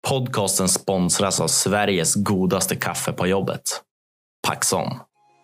Podcasten sponsras av Sveriges godaste kaffe på jobbet. Paxson.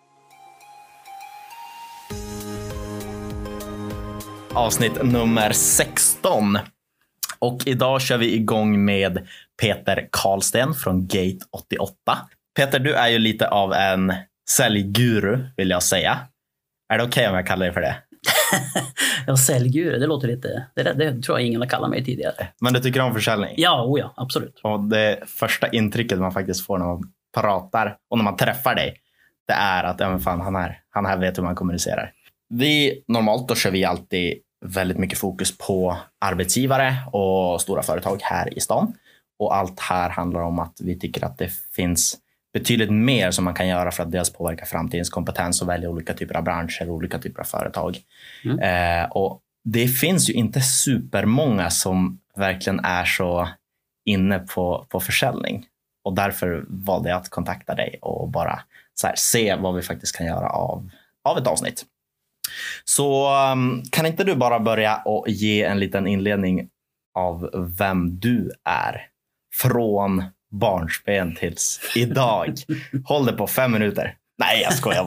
Avsnitt nummer 16. Och idag kör vi igång med Peter Karlsten från Gate 88. Peter, du är ju lite av en säljguru, vill jag säga. Är det okej om jag kallar dig för det? Ja, säljguru, det låter lite... Det tror jag ingen har kallat mig tidigare. Men du tycker om försäljning? Ja, absolut. Och det första intrycket man faktiskt får när man pratar och när man träffar dig, det är att han här vet hur man kommunicerar. Normalt då kör vi alltid väldigt mycket fokus på arbetsgivare och stora företag här i stan. Och allt här handlar om att vi tycker att det finns betydligt mer som man kan göra för att dels påverka framtidens kompetens och välja olika typer av branscher och olika typer av företag. Och det finns ju inte supermånga som verkligen är så inne på försäljning. Och därför valde jag att kontakta dig och bara så här, se vad vi faktiskt kan göra av ett avsnitt. Så kan inte du bara börja och ge en liten inledning av vem du är från barnsben tills idag? Håll det på 5 minuter. Nej, jag skojar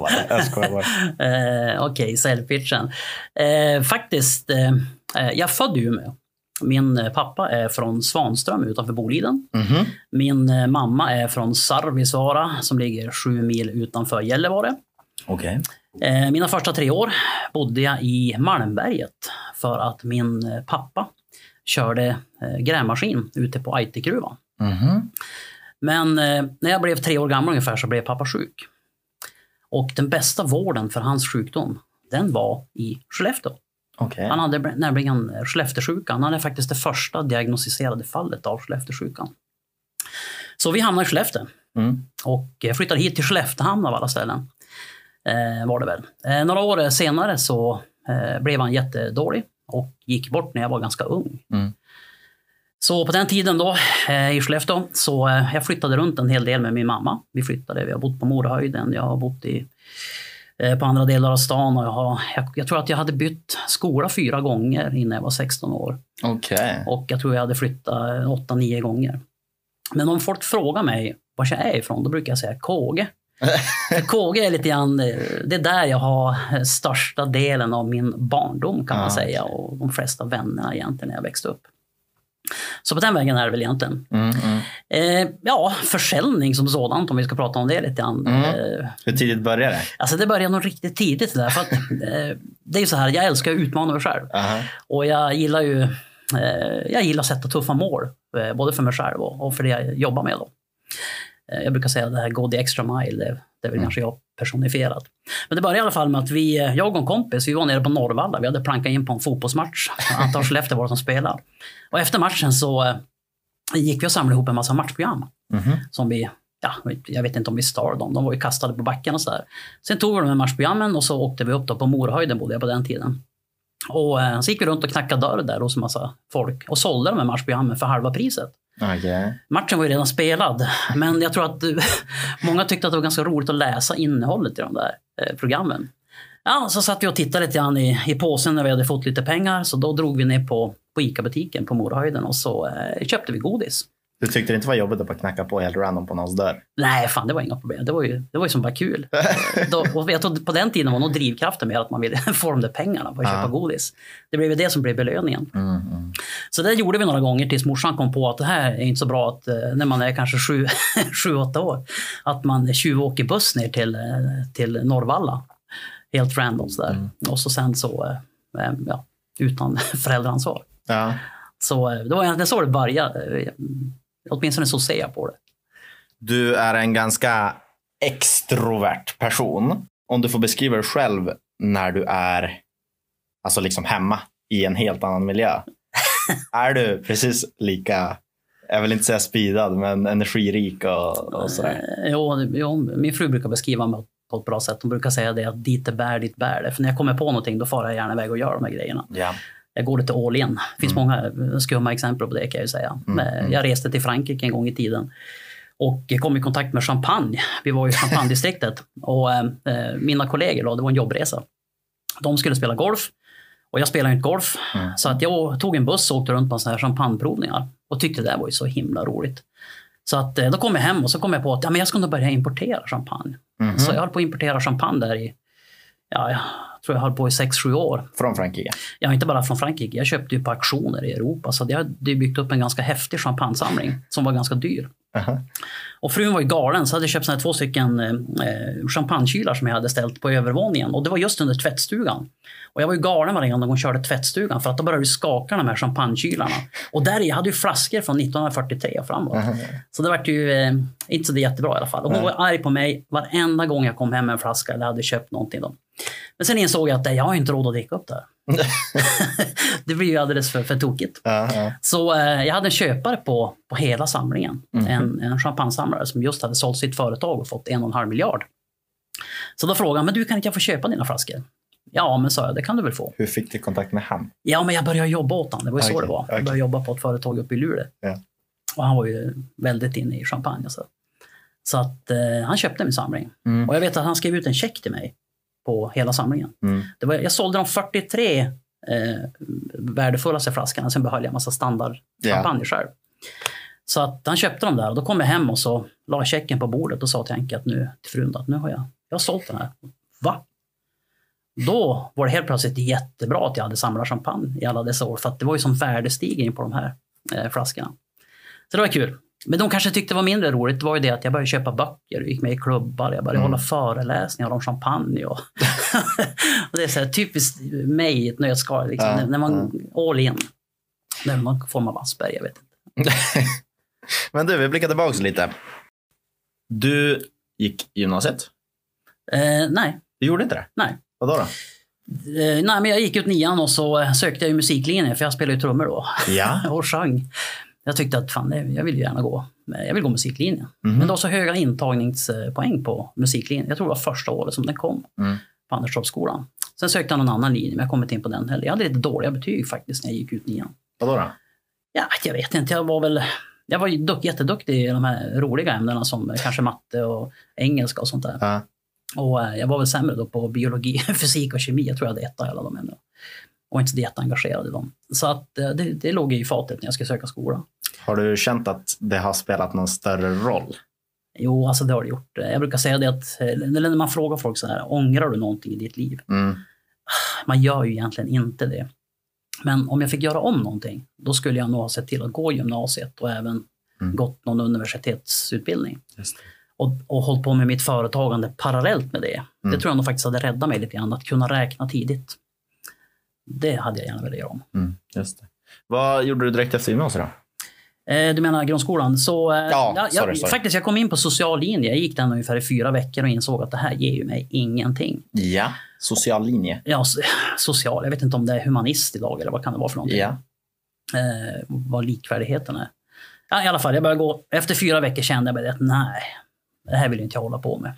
bara. Okej, säljpitchen. Faktiskt, jag födde ju med. Min pappa är från Svanström utanför Boliden. Mm-hmm. Min mamma är från Sarvisvara som ligger 7 mil utanför Gällivare. Okay. Mina första 3 år bodde jag i Malmberget för att min pappa körde grävmaskin ute på Aitikgruvan. Mm-hmm. Men när jag blev 3 år gammal ungefär så blev pappa sjuk. Och den bästa vården för hans sjukdom, den var i Skellefteå. Okay. Han hade nämligen Skellefteåsjukan. Han är faktiskt det första diagnostiserade fallet av Skellefteåsjukan. Så vi hamnade i Skellefteå. Och flyttade hit till Skelleftehamn av alla ställen. Var det väl. Några år senare så blev han jättedålig och gick bort när jag var ganska ung. Så på den tiden då i Skellefteå så jag flyttade runt en hel del med min mamma. Vi har bott på Morahöjden, jag har bott på andra delar av stan och jag tror att jag hade bytt skola 4 gånger innan jag var 16 år. Okay. Och jag tror jag hade flyttat 8-9 gånger. Men om folk frågar mig var jag är ifrån, då brukar jag säga Kåge. Kåge är lite grann, det är där jag har största delen av min barndom kan man säga, och de flesta vännerna egentligen när jag växte upp. Så på den vägen är det väl egentligen. Försäljning som sådant, om vi ska prata om det lite grann. Hur tidigt började det? Alltså det började nog riktigt tidigt där, för att det är ju så här, jag älskar att utmana mig själv. Och jag gillar att sätta tuffa mål, både för mig själv och för det jag jobbar med då. Jag brukar säga att det här gå the extra mile, det är väl kanske jag personifierat. Men det började i alla fall med att jag och en kompis, vi var nere på Norrvalla. Vi hade plankat in på en fotbollsmatch. Antal Skellefteå var det som spelade. Och efter matchen så gick vi och samlade ihop en massa matchprogram. Som jag vet inte om vi stal dem. De var ju kastade på backen och sådär. Sen tog vi de här matchprogrammen och så åkte vi upp då på Morahöjden, bodde jag på den tiden. Och så gick vi runt och knackade dörr där hos en massa folk. Och sålde de här matchprogrammen för halva priset. Okay. Matchen var ju redan spelad, men jag tror att många tyckte att det var ganska roligt att läsa innehållet i de där programmen. Ja, så satt vi och tittade lite grann i påsen när vi hade fått lite pengar, så då drog vi ner på ICA-butiken på Morahöjden och så köpte vi godis. Du tyckte det inte var jobbigt att bara knacka på helt random på någons dörr? Nej, fan, det var inga problem. Det var ju som bara kul. Och jag tror på den tiden var nog drivkraften med att man ville få de där pengarna för att köpa godis. Det blev ju det som blev belöningen. Så det gjorde vi några gånger tills morsan kom på att det här är inte så bra att när man är kanske 7-8 år att man åker buss ner till Norrvalla. Helt random sådär. Och så sen så utan föräldraansvar. Ja. Så det var egentligen så det började. Åtminstone så ser jag på det. Du är en ganska extrovert person. Om du får beskriva dig själv när du är alltså liksom hemma i en helt annan miljö. Är du precis lika, jag vill inte säga speedad, men energirik och sådär? Jo, min fru brukar beskriva mig på ett bra sätt. Hon brukar säga det att dit bär det. För när jag kommer på någonting då far jag gärna iväg och gör de här grejerna. Ja. Jag går lite all in. Det finns många skumma exempel på det kan jag ju säga. Jag reste till Frankrike en gång i tiden och kom i kontakt med champagne. Vi var i champagne-distriktet och mina kollegor då, det var en jobbresa. De skulle spela golf Och jag spelar ju inte golf. Så att jag tog en buss och åkte runt på såna här champagneprovningar. Och tyckte det var ju så himla roligt. Så att då kom jag hem och så kom jag på att jag ska nog börja importera champagne. Så jag höll på att importera champagne där i, jag tror jag höll på i 6-7 år. Från Frankrike? Ja, inte bara från Frankrike. Jag köpte ju på auktioner i Europa. Så jag hade byggt upp en ganska häftig champagnesamling som var ganska dyr. Och frun var ju galen, så hade jag köpt såna 2 stycken champagnekylar som jag hade ställt på övervåningen. Och det var just under tvättstugan. Och jag var ju galen varje gång hon körde tvättstugan, för att då började det skaka de här champagnekylarna. Och där jag hade ju flaskor från 1943 och framåt. Så det var ju inte så det jättebra i alla fall. Och hon var arg på mig varenda gång jag kom hem med en flaska eller hade köpt någonting då. Men sen insåg jag att jag har inte råd att dricka upp det här. Det blir ju alldeles för tokigt. Så jag hade en köpare på hela samlingen. En champagnesamlare som just hade sålt sitt företag och fått 1,5 miljard. Så då frågade han, men du, kan inte jag få köpa dina flaskor? Ja, men sa jag, det kan du väl få. Hur fick du kontakt med han? Ja, men jag började jobba åt honom. Det var ju så det var. Jag började jobba på ett företag uppe i Luleå. Och han var ju väldigt inne i champagne. Så att han köpte min samling. Och jag vet att han skrev ut en check till mig på hela samlingen. Jag sålde de 43 värdefullaste flaskorna. Sen behöll jag en massa standard champagne själv. Så att han köpte dem där. Och då kom jag hem och så la checken på bordet och sa till Henke att nu, till frun, att nu har jag sålt den här. Va? Då var det helt plötsligt jättebra att jag hade samlat champagne i alla dessa år. För att det var ju som värdestigring på de här flaskorna. Så det var kul. Men de kanske tyckte det var mindre roligt. Det var ju det att jag började köpa böcker. Jag gick med i klubbar. Jag började hålla föreläsningar om champagne. Och det är så här typiskt mig i ett nötskal. Liksom. När man all in. När man får man Asperger, jag vet inte. Men du, vi blickar tillbaka lite. Du gick gymnasiet? Nej. Du gjorde inte det? Nej. Vadå då? Nej, men jag gick ut 9:an och så sökte jag ju musiklinjen, för jag spelade ju trummor då. Ja. Och sjöng. Jag tyckte att jag vill ju gärna gå. Jag vill gå musiklinjen. Men det var så höga intagningspoäng på musiklinjen. Jag tror det var första året som den kom på Anderstorpsskolan. Sen sökte jag någon annan linje, men jag kom inte in på den heller. Jag hade lite dåliga betyg faktiskt när jag gick ut 9:an. Vadå då? Ja, jag vet inte. Jag var jätteduktig i de här roliga ämnena som kanske matte och engelska och sånt där. Och jag var väl sämre då på biologi, fysik och kemi. Jag tror jag hade 1 i alla de ämnena. Och inte så jätteengagerad i dem. Så att det låg i fatet när jag skulle söka skola. Har du känt att det har spelat någon större roll? Jo, alltså det har det gjort. Jag brukar säga det att när man frågar folk så här, ångrar du någonting i ditt liv? Man gör ju egentligen inte det. Men om jag fick göra om någonting, då skulle jag nog ha sett till att gå gymnasiet och även gått någon universitetsutbildning. Just det. Och hållit på med mitt företagande parallellt med det. Det tror jag nog faktiskt hade räddat mig lite grann, att kunna räkna tidigt. Det hade jag gärna velat göra om. Just det. Vad gjorde du direkt efter gymnasiet då? Du menar grundskolan? Så, sorry. Faktiskt, jag kom in på social linje. Jag gick den ungefär i 4 veckor och insåg att det här ger ju mig ingenting. Ja, social linje. Ja, social. Jag vet inte om det är humanist idag eller vad kan det vara för någonting. Ja. Vad likvärdigheten är. Ja, i alla fall, jag började gå. Efter 4 veckor kände jag att nej, det här vill inte jag hålla på med.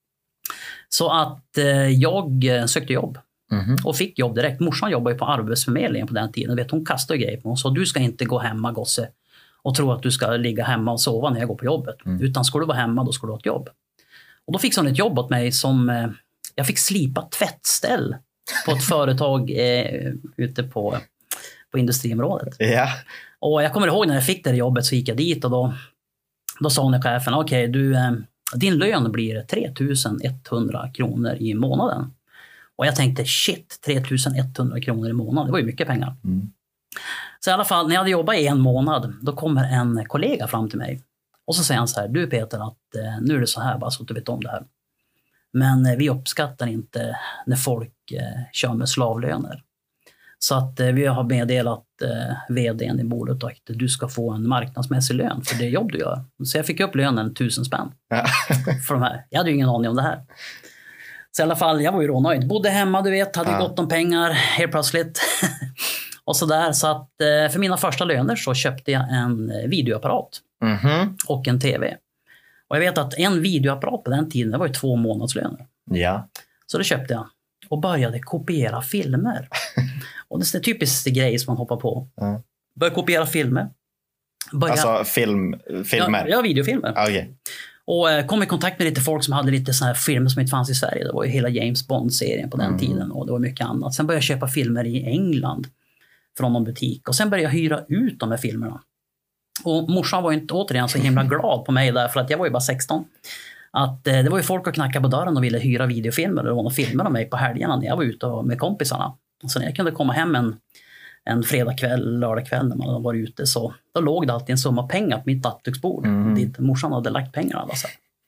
Så att jag sökte jobb. Och fick jobb direkt. Morsan jobbade ju på Arbetsförmedlingen på den tiden. Hon kastade grejer på mig. Hon sa, du ska inte gå hemma, gosse, och tro att du ska ligga hemma och sova när jag går på jobbet. Utan ska du vara hemma, då ska du ha ett jobb. Och då fick hon ett jobb åt mig som jag fick slipa tvättställ på ett företag ute på industriområdet. Ja. Och jag kommer ihåg när jag fick det jobbet, så gick jag dit och då sa hon till chefen, okej, din lön blir 3100 kronor i månaden. Och jag tänkte, shit, 3100 kronor i månaden, det var ju mycket pengar. Så i alla fall, när jag hade jobbat i 1 månad, då kommer en kollega fram till mig. Och så säger han så här, du Peter, att nu är det så här, bara så att du vet om det här. Men vi uppskattar inte när folk kör med slavlöner. Så att vi har meddelat vdn i bordet att du ska få en marknadsmässig lön för det jobb du gör. Så jag fick upp lönen 1000 spänn för de här. Jag hade ju ingen aning om det här. Så i alla fall, jag var ju rånöjd. Bodde hemma, du vet, hade gott om pengar helt plötsligt. Och så där, så att för mina första löner så köpte jag en videoapparat och en tv. Och jag vet att en videoapparat på den tiden, det var ju 2 månadslöner. Ja. Så det köpte jag och började kopiera filmer. Och det är en typisk grej som man hoppar på. Började kopiera filmer. Alltså filmer? Ja, videofilmer. Okay. Och kom i kontakt med lite folk som hade lite såna här filmer som inte fanns i Sverige. Det var ju hela James Bond-serien på den tiden och det var mycket annat. Sen började jag köpa filmer i England från någon butik och sen började jag hyra ut de här filmerna. Och morsan var ju inte återigen så himla glad på mig där för att jag var ju bara 16. Att det var ju folk att knacka på dörren och ville hyra videofilmer eller några filmer av mig på helgerna när jag var ute med kompisarna. Så när jag kunde komma hem en fredagkväll, lördagkväll när man hade varit ute så då låg det alltid en summa pengar på mitt nattduksbord dit morsan hade lagt pengarna. Alltså.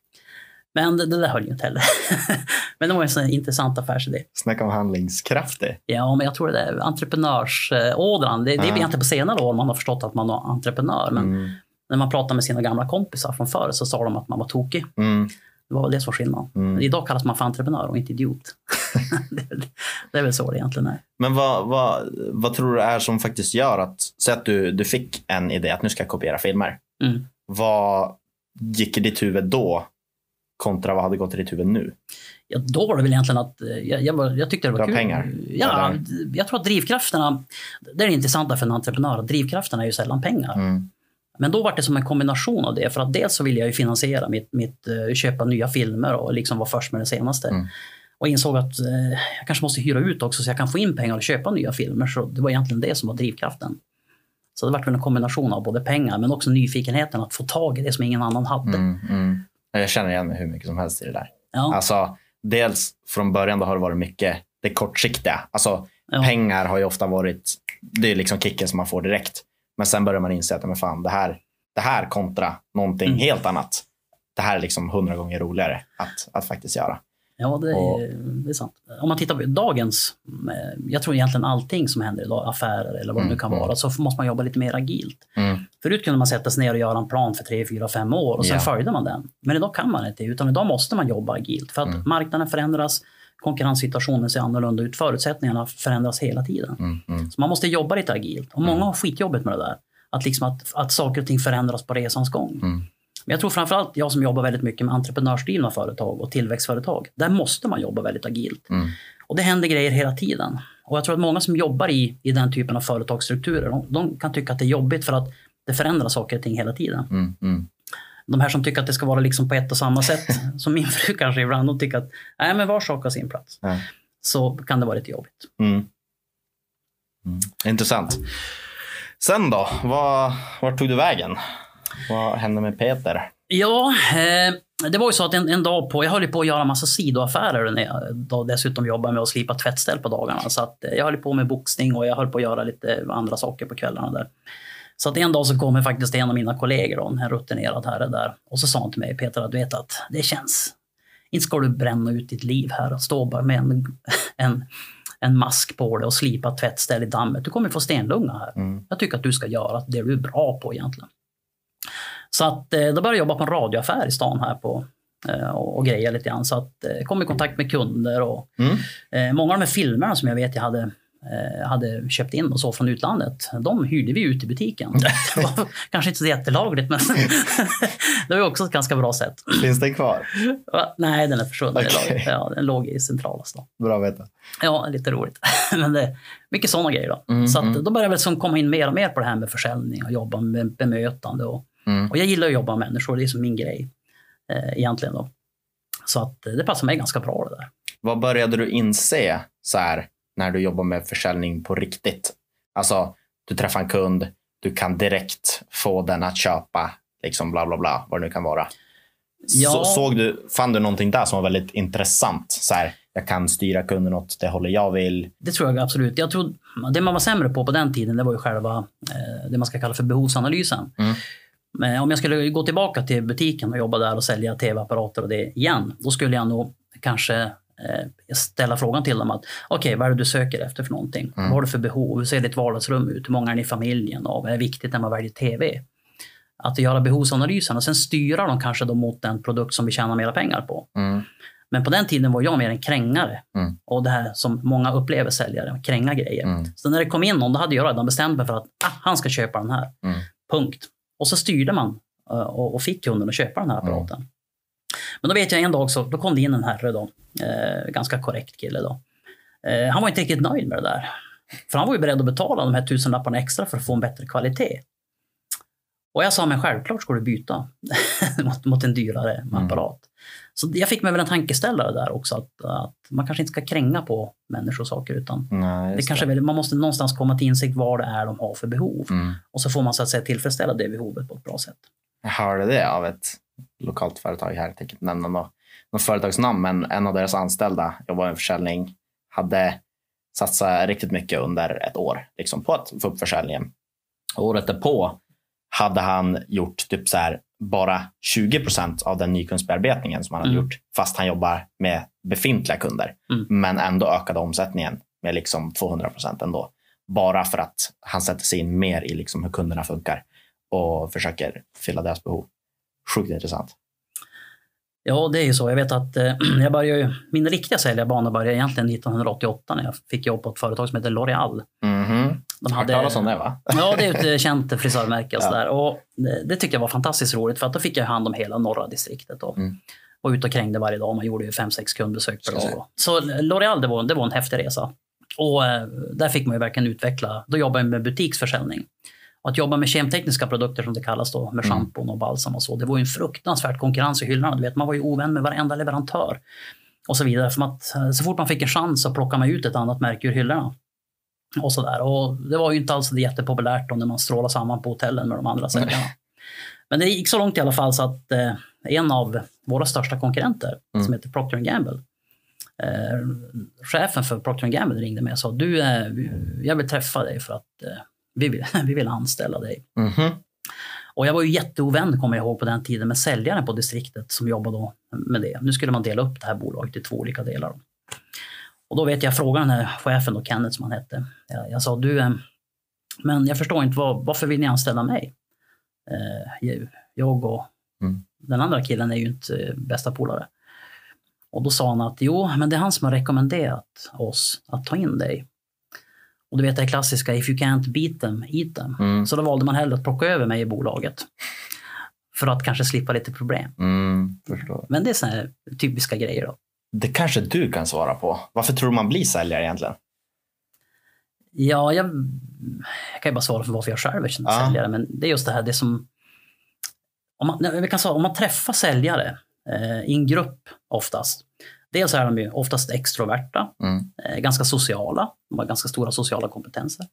Men det där höll ju inte heller. Men det var en sån intressant affärsidé. Snacka om handlingskraftig. Ja, men jag tror det är entreprenörsådran. Det är egentligen på senare år man har förstått att man var entreprenör. Men när man pratar med sina gamla kompisar från förr så sa de att man var tokig. Det var väl det som var skillnaden. Idag kallas man för entreprenör och inte idiot. Det är väl så det egentligen är. Men vad tror du är som faktiskt gör att, säg att du fick en idé att nu ska jag kopiera filmer. Vad gick i ditt huvud då kontra vad hade gått i ditt huvud nu? Ja, då var det väl egentligen att jag tyckte det var kul. Pengar? Ja, jag tror att drivkrafterna, det är det intressanta för en entreprenör, att drivkrafterna är ju sällan pengar. Men då var det som en kombination av det. För att dels så ville jag ju finansiera mitt köpa nya filmer och liksom vara först med det senaste. Och insåg att jag kanske måste hyra ut också så jag kan få in pengar och köpa nya filmer. Så det var egentligen det som var drivkraften. Så det var väl en kombination av både pengar men också nyfikenheten att få tag i det som ingen annan hade. Jag känner igen mig hur mycket som helst i det där. Ja. Alltså, dels från början då har det varit mycket det kortsiktiga. Alltså, pengar har ju ofta varit, det är liksom kicken som man får direkt. Men sen börjar man inse att men fan, det här kontra någonting helt annat. Det här är liksom 100 gånger roligare att faktiskt göra. Ja, det är sant. Om man tittar på dagens, jag tror egentligen allting som händer idag, affärer eller vad det nu kan vara, så måste man jobba lite mer agilt. Förut kunde man sätta sig ner och göra en plan för 3, 4, 5 år och sen följde man den. Men idag kan man inte, utan idag måste man jobba agilt. För att marknaden förändras, konkurrenssituationen ser annorlunda ut, förutsättningarna förändras hela tiden. Så man måste jobba lite agilt. Och många har skitjobbet med det där. Att saker och ting förändras på resans gång. Men jag tror framförallt jag som jobbar väldigt mycket med entreprenörsdrivna företag och tillväxtföretag. Där måste man jobba väldigt agilt. Och det händer grejer hela tiden. Och jag tror att många som jobbar i den typen av företagsstrukturer, de kan tycka att det är jobbigt för att det förändrar saker och ting hela tiden. De här som tycker att det ska vara liksom på ett och samma sätt, som min fru kanske ibland, de tycker att nej, men var sak har sin plats. Så kan det vara lite jobbigt. Intressant. Sen då, var tog du vägen? Vad hände med Peter? Ja, det var ju så att en dag jag höll på att göra massa sidoaffärer när jag då dessutom jobbade med att slipa tvättställ på dagarna. Så att jag höll på med boxning och jag höll på att göra lite andra saker på kvällarna där. Så att en dag så kommer faktiskt en av mina kollegor, då, en rutinerad herre där. Och så sa han till mig, Peter, att du vet att det känns, inte ska du bränna ut ditt liv här och stå bara med en mask på det och slipa tvättställ i dammet. Du kommer få stenlunga här. Jag tycker att du ska göra det du är bra på egentligen. Så att då började jag jobba på en radioaffär i stan här och greja lite grann. Så att jag kom i kontakt med kunder och många av de här filmerna som jag vet jag hade köpt in och så från utlandet, de hyrde vi ut i butiken. Det var kanske inte så jättelagligt, men det var också ett ganska bra sätt. Finns den kvar? Nej, den är försvunnen. Okay. Ja, den låg i centrala stan. Bra att veta. Ja, lite roligt. Men det är mycket sådana grejer då. Så att då började jag väl som komma in mer och mer på det här med försäljning och jobba med bemötande. Och jag gillar att jobba med människor, det är som min grej egentligen då. Så att det passar mig ganska bra det där. Vad började du inse så här när du jobbar med försäljning på riktigt? Alltså, du träffar en kund, du kan direkt få den att köpa liksom bla bla bla, vad det nu kan vara. Ja. Fann du någonting där som var väldigt intressant? Så här, jag kan styra kunden åt det håller jag vill. Det tror jag absolut. Jag tror det man var sämre på den tiden, det var ju själva det man ska kalla för behovsanalysen. Men om jag skulle gå tillbaka till butiken och jobba där och sälja tv-apparater och det igen, då skulle jag nog kanske ställa frågan till dem att okej, vad är det du söker efter för någonting? Vad har du för behov? Hur ser ditt vardagsrum ut? Hur många är ni i familjen? Och vad är viktigt när man väljer tv? Att göra behovsanalysen och sen styra dem kanske då mot den produkt som vi tjänar mera pengar på. Men på den tiden var jag mer en krängare. Och det här som många upplever säljare, kränga grejer. Så när det kom in någon, då hade jag redan bestämt mig för att han ska köpa den här. Punkt. Och så styrde man och fick kunden att köpa den här apparaten. Men då vet jag en dag så då kom det in en herre då. Ganska korrekt kille då. Han var inte riktigt nöjd med det där. För han var ju beredd att betala de här 1000 lapparna extra för att få en bättre kvalitet. Och jag sa, men självklart ska du byta mot en dyrare apparat. Så jag fick mig väl en tankeställare där också, att man kanske inte ska kränga på människor och saker, utan man måste någonstans komma till insikt vad det är de har för behov. Och så får man så att säga tillfredsställa det behovet på ett bra sätt. Jag hörde det av ett lokalt företag här, jag tänker inte nämna något företagsnamn, men en av deras anställda jobbar med försäljning, hade satsat riktigt mycket under ett år liksom, på att få upp försäljningen. Året därpå hade han gjort typ så här, bara 20% av den nykundsbearbetningen som han hade gjort, fast han jobbar med befintliga kunder. Men ändå ökade omsättningen med liksom 200% ändå. Bara för att han sätter sig in mer i liksom hur kunderna funkar och försöker fylla deras behov. Sjukt intressant. Ja, det är ju så. Jag vet att min riktiga säljarbana började egentligen 1988 när jag fick jobb på ett företag som heter L'Oreal. De hade sån där, va? Ja, det är ett känt frisörmärke. Och så där. Och det tyckte jag var fantastiskt roligt, för att då fick jag hand om hela norra distriktet. Och ut och krängde varje dag. Man gjorde ju 5-6 kundbesök per dag. Så L'Oreal, det var en häftig resa. Och där fick man ju verkligen utveckla. Då jobbade jag med butiksförsäljning. Och att jobba med kemtekniska produkter som det kallas då, med schampon och balsam och så, det var ju en fruktansvärt konkurrens i hyllorna. Du vet, man var ju ovän med varenda leverantör och så vidare. För att så fort man fick en chans så plockade man ut ett annat märke ur hyllorna. Och så där. Och det var ju inte alls jättepopulärt då när man strålade samman på hotellen med de andra säljarna. Men det gick så långt i alla fall så att en av våra största konkurrenter som heter Procter & Gamble, chefen för Procter & Gamble ringde mig och sa, jag vill träffa dig för att vi vill anställa dig. Och jag var ju jätteovän, kommer jag ihåg, på den tiden med säljaren på distriktet som jobbade då med det. Nu skulle man dela upp det här bolaget i 2 olika delar. Och då vet jag frågan den här chefen då, Kenneth som han hette. Jag sa, men jag förstår inte, varför vill ni anställa mig? Jag och den andra killen är ju inte bästa polare. Och då sa han att men det är han som har rekommenderat oss att ta in dig. Och du vet det klassiska, if you can't beat them, eat them. Så då valde man hellre att plocka över mig i bolaget. För att kanske slippa lite problem. Förstår. Men det är såna här typiska grejer då. Det kanske du kan svara på. Varför tror du man blir säljare egentligen? Ja, jag kan ju bara svara för varför jag själv är säljare. Men det är just det här, det som... Om man träffar säljare i en grupp oftast. Dels är de ju oftast extroverta, ganska sociala. De har ganska stora sociala kompetenser.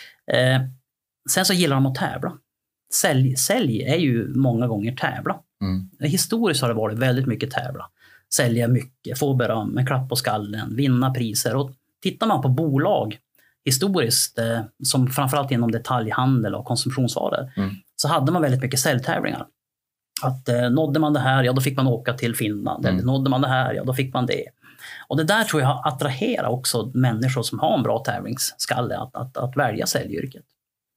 Sen så gillar de att tävla. Sälj är ju många gånger tävla. Historiskt har det varit väldigt mycket tävla. Sälja mycket, få beröm, en klapp på skallen, vinna priser. Och tittar man på bolag historiskt, som framförallt inom detaljhandel och konsumtionsvaror, så hade man väldigt mycket säljtävlingar. Att nådde man det här, ja då fick man åka till Finland. Eller nådde man det här, ja då fick man det. Och det där tror jag attraherar också människor som har en bra tävlingsskalle att välja säljyrket.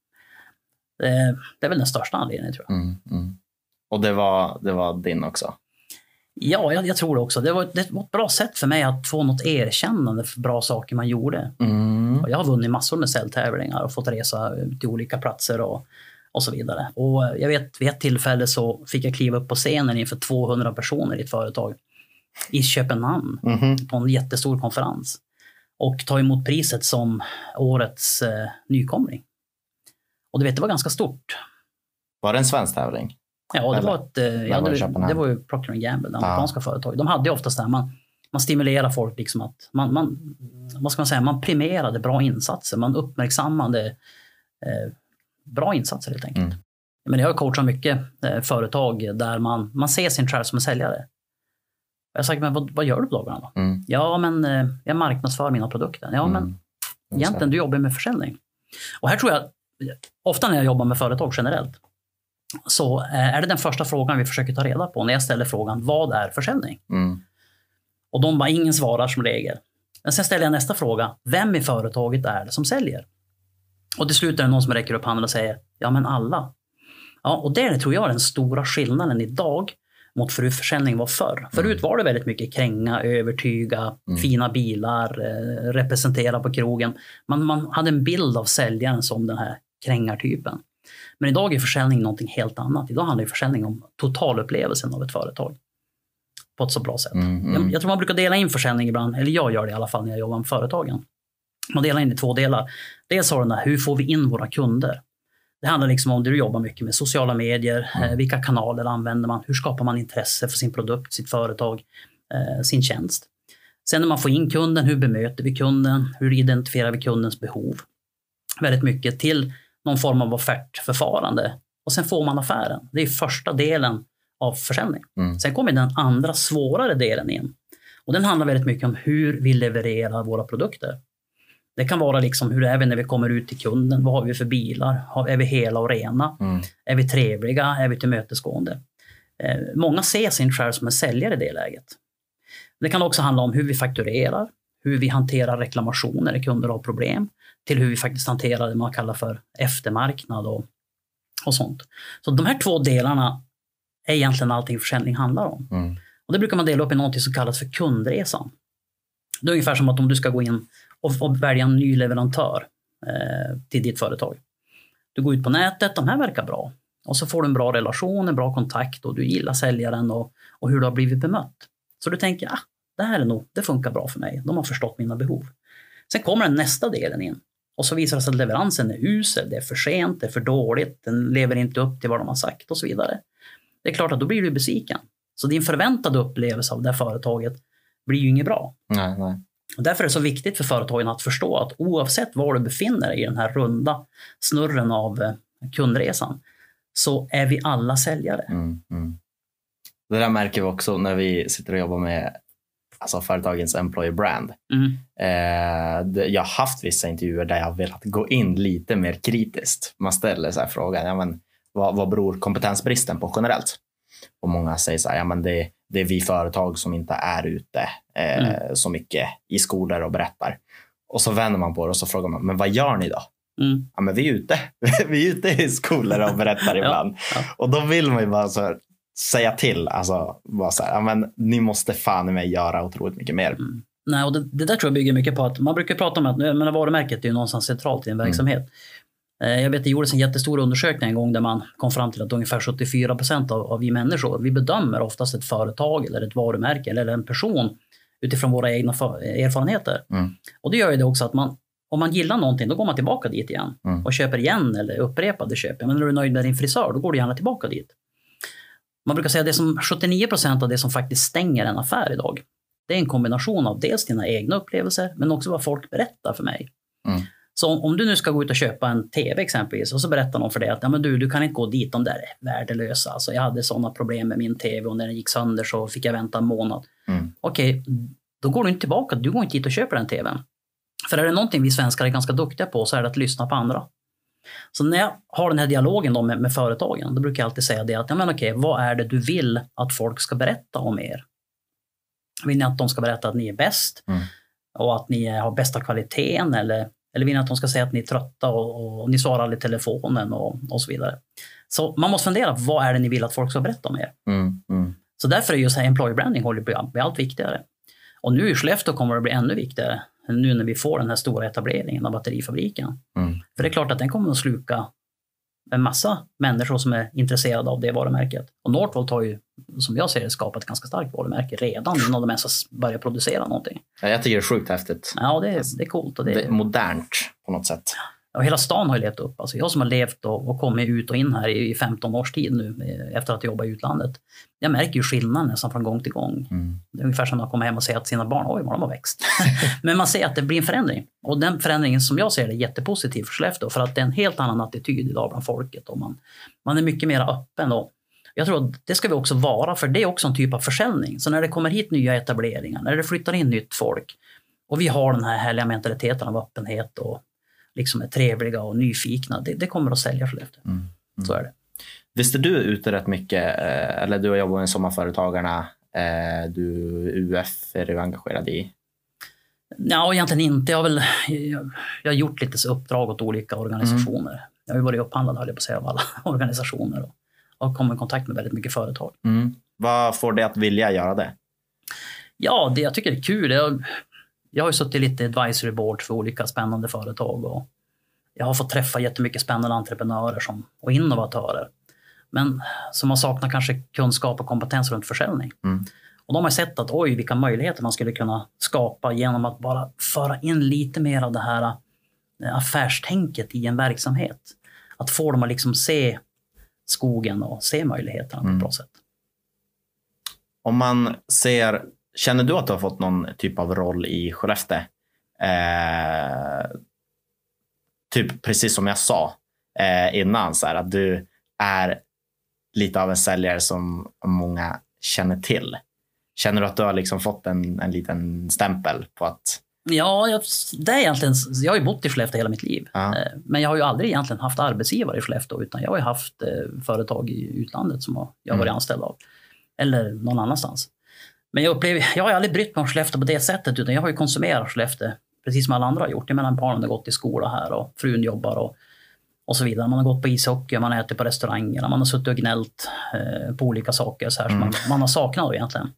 Det är väl den största anledningen, tror jag. Och det var din också? Ja, jag tror det också. Det var ett bra sätt för mig att få något erkännande för bra saker man gjorde. Och jag har vunnit massor med säljtävlingar och fått resa till olika platser och så vidare. Och jag vet, vid ett tillfälle så fick jag kliva upp på scenen inför 200 personer i ett företag i Köpenhamn på en jättestor konferens och ta emot priset som årets nykomling. Och du vet, det var ganska stort. Var det en svensk tävling? Ja, det var ju Procter & Gamble, det amerikanska företag. De hade ju oftast där man stimulerar folk liksom att vad ska man säga, man primerade bra insatser, man uppmärksammade bra insatser helt enkelt. Men jag har coachat mycket företag där man ser sin själv som en säljare. Jag har sagt, men vad gör du på dagarna då? Ja, men jag marknadsför mina produkter. Ja, men egentligen du jobbar med försäljning. Och här tror jag, ofta när jag jobbar med företag generellt, så är det den första frågan vi försöker ta reda på när jag ställer frågan, vad är försäljning? Och de bara, ingen svarar som regel. Men sen ställer jag nästa fråga, vem i företaget är det som säljer? Och till slut är det någon som räcker upp handen och säger, ja men alla. Ja, och det tror jag är den stora skillnaden idag mot hur försäljning var förr. Förut var det väldigt mycket kränga, övertyga, fina bilar, representera på krogen. Man hade en bild av säljaren som den här krängartypen. Men idag är försäljning någonting helt annat. Idag handlar försäljning om totalupplevelsen av ett företag. På ett så bra sätt. Jag tror man brukar dela in försäljning ibland, eller jag gör det i alla fall när jag jobbar med företagen. Man delar in i 2 delar. Dels har den där, hur får vi in våra kunder? Det handlar liksom om det du jobbar mycket med, sociala medier, vilka kanaler använder man, hur skapar man intresse för sin produkt, sitt företag, sin tjänst. Sen när man får in kunden, hur bemöter vi kunden, hur identifierar vi kundens behov. Väldigt mycket till någon form av offertförfarande. Och sen får man affären. Det är första delen av försäljning. Sen kommer den andra svårare delen in. Och den handlar väldigt mycket om hur vi levererar våra produkter. Det kan vara liksom hur är vi när vi kommer ut till kunden? Vad har vi för bilar? Är vi hela och rena? Är vi trevliga? Är vi tillmötesgående? Många ser sin själv som en säljare i det läget. Det kan också handla om hur vi fakturerar, hur vi hanterar reklamationer när kunder har problem, till hur vi faktiskt hanterar det man kallar för eftermarknad och sånt. Så de här 2 delarna är egentligen allting försäljning handlar om. Och det brukar man dela upp i något som kallas för kundresan. Det är ungefär som att om du ska gå in och välja en ny leverantör till ditt företag. Du går ut på nätet, de här verkar bra. Och så får du en bra relation, en bra kontakt och du gillar säljaren och hur du har blivit bemött. Så du tänker, det funkar bra för mig. De har förstått mina behov. Sen kommer den nästa delen in. Och så visar det sig att leveransen är usel, det är för sent, det är för dåligt, den lever inte upp till vad de har sagt och så vidare. Det är klart att då blir du besviken. Så din förväntade upplevelse av det här företaget blir ju inget bra. Nej. Och därför är det så viktigt för företagen att förstå att oavsett var du befinner dig i den här runda snurren av kundresan så är vi alla säljare. Det där märker vi också när vi sitter och jobbar med företagens employer brand. Jag har haft vissa intervjuer där jag har velat gå in lite mer kritiskt. Man ställer så här frågan, vad beror kompetensbristen på generellt? Och många säger så här, det är vi företag som inte är ute så mycket i skolor och berättar. Och så vänder man på det och så frågar man, men vad gör ni då? Ja, men vi är ute. Vi är ute i skolor och berättar ibland. Ja. Och då vill man ju bara så här, säga till. Bara så här, men ni måste fan i mig göra otroligt mycket mer. Nej, och det där tror jag bygger mycket på att man brukar prata om att varumärket är ju någonstans centralt i en verksamhet. Jag vet, det gjordes en jättestor undersökning en gång där man kom fram till att ungefär 74% av vi människor, vi bedömer oftast ett företag eller ett varumärke eller en person utifrån våra egna erfarenheter. Och det gör ju det också att om man gillar någonting, då går man tillbaka dit igen och köper igen eller upprepade köp. Men när du är nöjd med din frisör, då går du gärna tillbaka dit. Man brukar säga att det som 79% av det som faktiskt stänger en affär idag, det är en kombination av dels dina egna upplevelser men också vad folk berättar för mig. Så om du nu ska gå ut och köpa en tv exempelvis och så berättar någon för dig att du kan inte gå dit, de där är värdelösa. Alltså, jag hade sådana problem med min tv och när den gick sönder så fick jag vänta en månad. Okej, då går du inte tillbaka, du går inte dit och köper den tvn. För är det någonting vi svenskar är ganska duktiga på så är det att lyssna på andra. Så när jag har den här dialogen då med företagen, då brukar jag alltid säga det att vad är det du vill att folk ska berätta om er? Vill ni att de ska berätta att ni är bäst och att ni har bästa kvaliteten eller vill ni att de ska säga att ni är trötta och ni svarar aldrig i telefonen och så vidare. Så man måste fundera, vad är det ni vill att folk ska berätta om er? Så därför är just här employer branding håller på att bli allt viktigare. Och nu i Skellefteå kommer det bli ännu viktigare nu när vi får den här stora etableringen av batterifabriken. För det är klart att den kommer att sluka en massa människor som är intresserade av det varumärket. Och Northvolt har ju, som jag ser det, skapat ett ganska starkt varumärke redan innan de ens börjar producera någonting. Ja, jag tycker det är sjukt häftigt. Ja, det är coolt. Och det är modernt på något sätt. Och hela stan har ju levt upp. Alltså jag som har levt och kommit ut och in här i 15 års tid nu efter att jobba i utlandet. Jag märker ju skillnaden nästan från gång till gång. Det är ungefär som att komma hem och säga att sina barn, oj vad de har växt. Men man ser att det blir en förändring. Och den förändringen som jag ser det är jättepositiv för Skellefteå. För att det är en helt annan attityd idag bland folket. Och man är mycket mer öppen. Och jag tror att det ska vi också vara, för det är också en typ av försäljning. Så när det kommer hit nya etableringar, när det flyttar in nytt folk och vi har den här härliga mentaliteten av öppenhet och liksom är trevliga och nyfikna, det kommer att sälja Skellefteå. Så är det. Visst är du ute rätt mycket, eller du har jobbat med Sommarföretagarna, du UF är du engagerad i? Ja, egentligen inte. Jag har gjort lite uppdrag åt olika organisationer. Jag har ju varit upphandlad, höll jag på att säga, av alla organisationer och kommit i kontakt med väldigt mycket företag. Vad får det att vilja göra det? Ja, jag tycker det är kul. Jag har ju suttit lite advisory board för olika spännande företag och jag har fått träffa jättemycket spännande entreprenörer och innovatörer. Men som har saknat kanske kunskap och kompetens runt försäljning. Och de har sett att vilka möjligheter man skulle kunna skapa genom att bara föra in lite mer av det här affärstänket i en verksamhet. att få dem att liksom se skogen och se möjligheterna på ett bra sätt. Om man ser, känner du att du har fått någon typ av roll i Skellefteå? Typ precis som jag sa innan, så här, att du är lite av en säljare som många känner till. Känner du att du har liksom fått en liten stämpel på att... Ja, det är egentligen, jag har ju bott i Skellefteå hela mitt liv. Men jag har ju aldrig egentligen haft arbetsgivare i Skellefteå, utan jag har ju haft företag i utlandet som jag har varit anställd av. Eller någon annanstans. Men jag har aldrig brytt mig om Skellefteå på det sättet, utan jag har ju konsumerat Skellefteå precis som alla andra har gjort. Jag menar, barnen har gått i skola här och frun jobbar och så vidare. Man har gått på ishockey, man har ätit på restaurangerna, man har suttit och gnällt på olika saker så här, som man har saknat egentligen.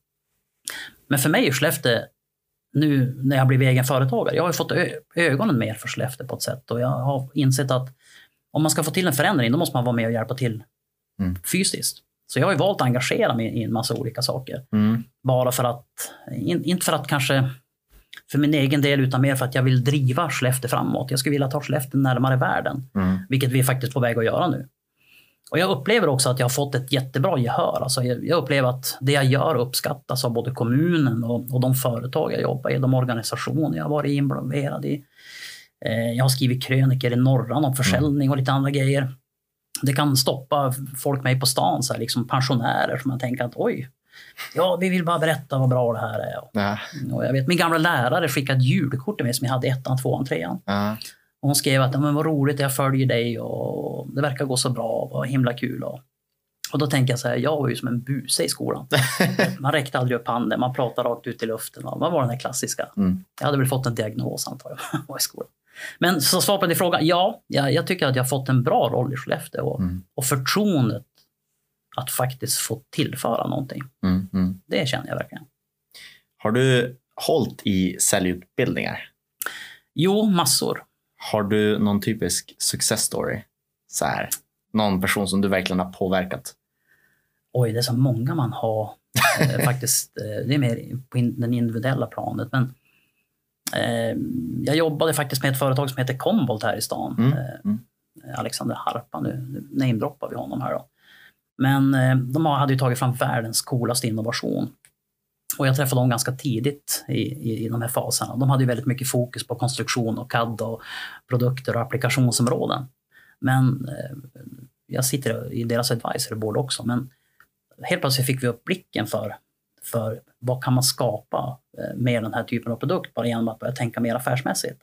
Men för mig är Skellefteå, nu när jag blivit egen företagare, jag har ju fått ögonen mer för Skellefteå på ett sätt, och jag har insett att om man ska få till en förändring, då måste man vara med och hjälpa till fysiskt. Så jag har ju valt att engagera mig i en massa olika saker. Bara för att, inte för att kanske för min egen del, utan mer för att jag vill driva Skellefteå framåt. Jag skulle vilja ta Skellefteå närmare världen, vilket vi är faktiskt på väg att göra nu. Och jag upplever också att jag har fått ett jättebra gehör. Alltså jag upplever att det jag gör uppskattas av både kommunen och de företag jag jobbar i, de organisationer jag har varit involverad i. Jag har skrivit kröniker i Norran om försäljning och lite andra grejer. Det kan stoppa folk mig på stan, så här, liksom pensionärer som man tänker att oj, ja, vi vill bara berätta vad bra det här är. Och jag vet, min gamla lärare skickade julkort till mig som jag hade 1, 2, 3. Och hon skrev att men vad roligt, jag följer dig och det verkar gå så bra, vad himla kul. Och då tänker jag så här, jag var ju som en buse i skolan. Man räckte aldrig upp handen, man pratade rakt ut i luften. Vad var den här klassiska? Jag hade väl fått en diagnos, antar jag, var i skolan. Men så svar på din fråga, ja, jag tycker att jag har fått en bra roll i Skellefteå och förtroendet att faktiskt få tillföra någonting. Det känner jag verkligen. Har du hållit i säljutbildningar? Jo, massor. Har du någon typisk success story? Så här, någon person som du verkligen har påverkat? Oj, det är så många man har faktiskt. Det är mer på den individuella planet. Men jag jobbade faktiskt med ett företag som heter Combolt här i stan. Alexander Harpa, nu namedroppar vi honom här då. Men de hade ju tagit fram världens coolaste innovation. Och jag träffade dem ganska tidigt i de här faserna. De hade ju väldigt mycket fokus på konstruktion och CAD och produkter och applikationsområden. Men jag sitter i deras advisory board också. Men helt plötsligt fick vi upp blicken för vad kan man skapa med den här typen av produkt bara genom att börja tänka mer affärsmässigt.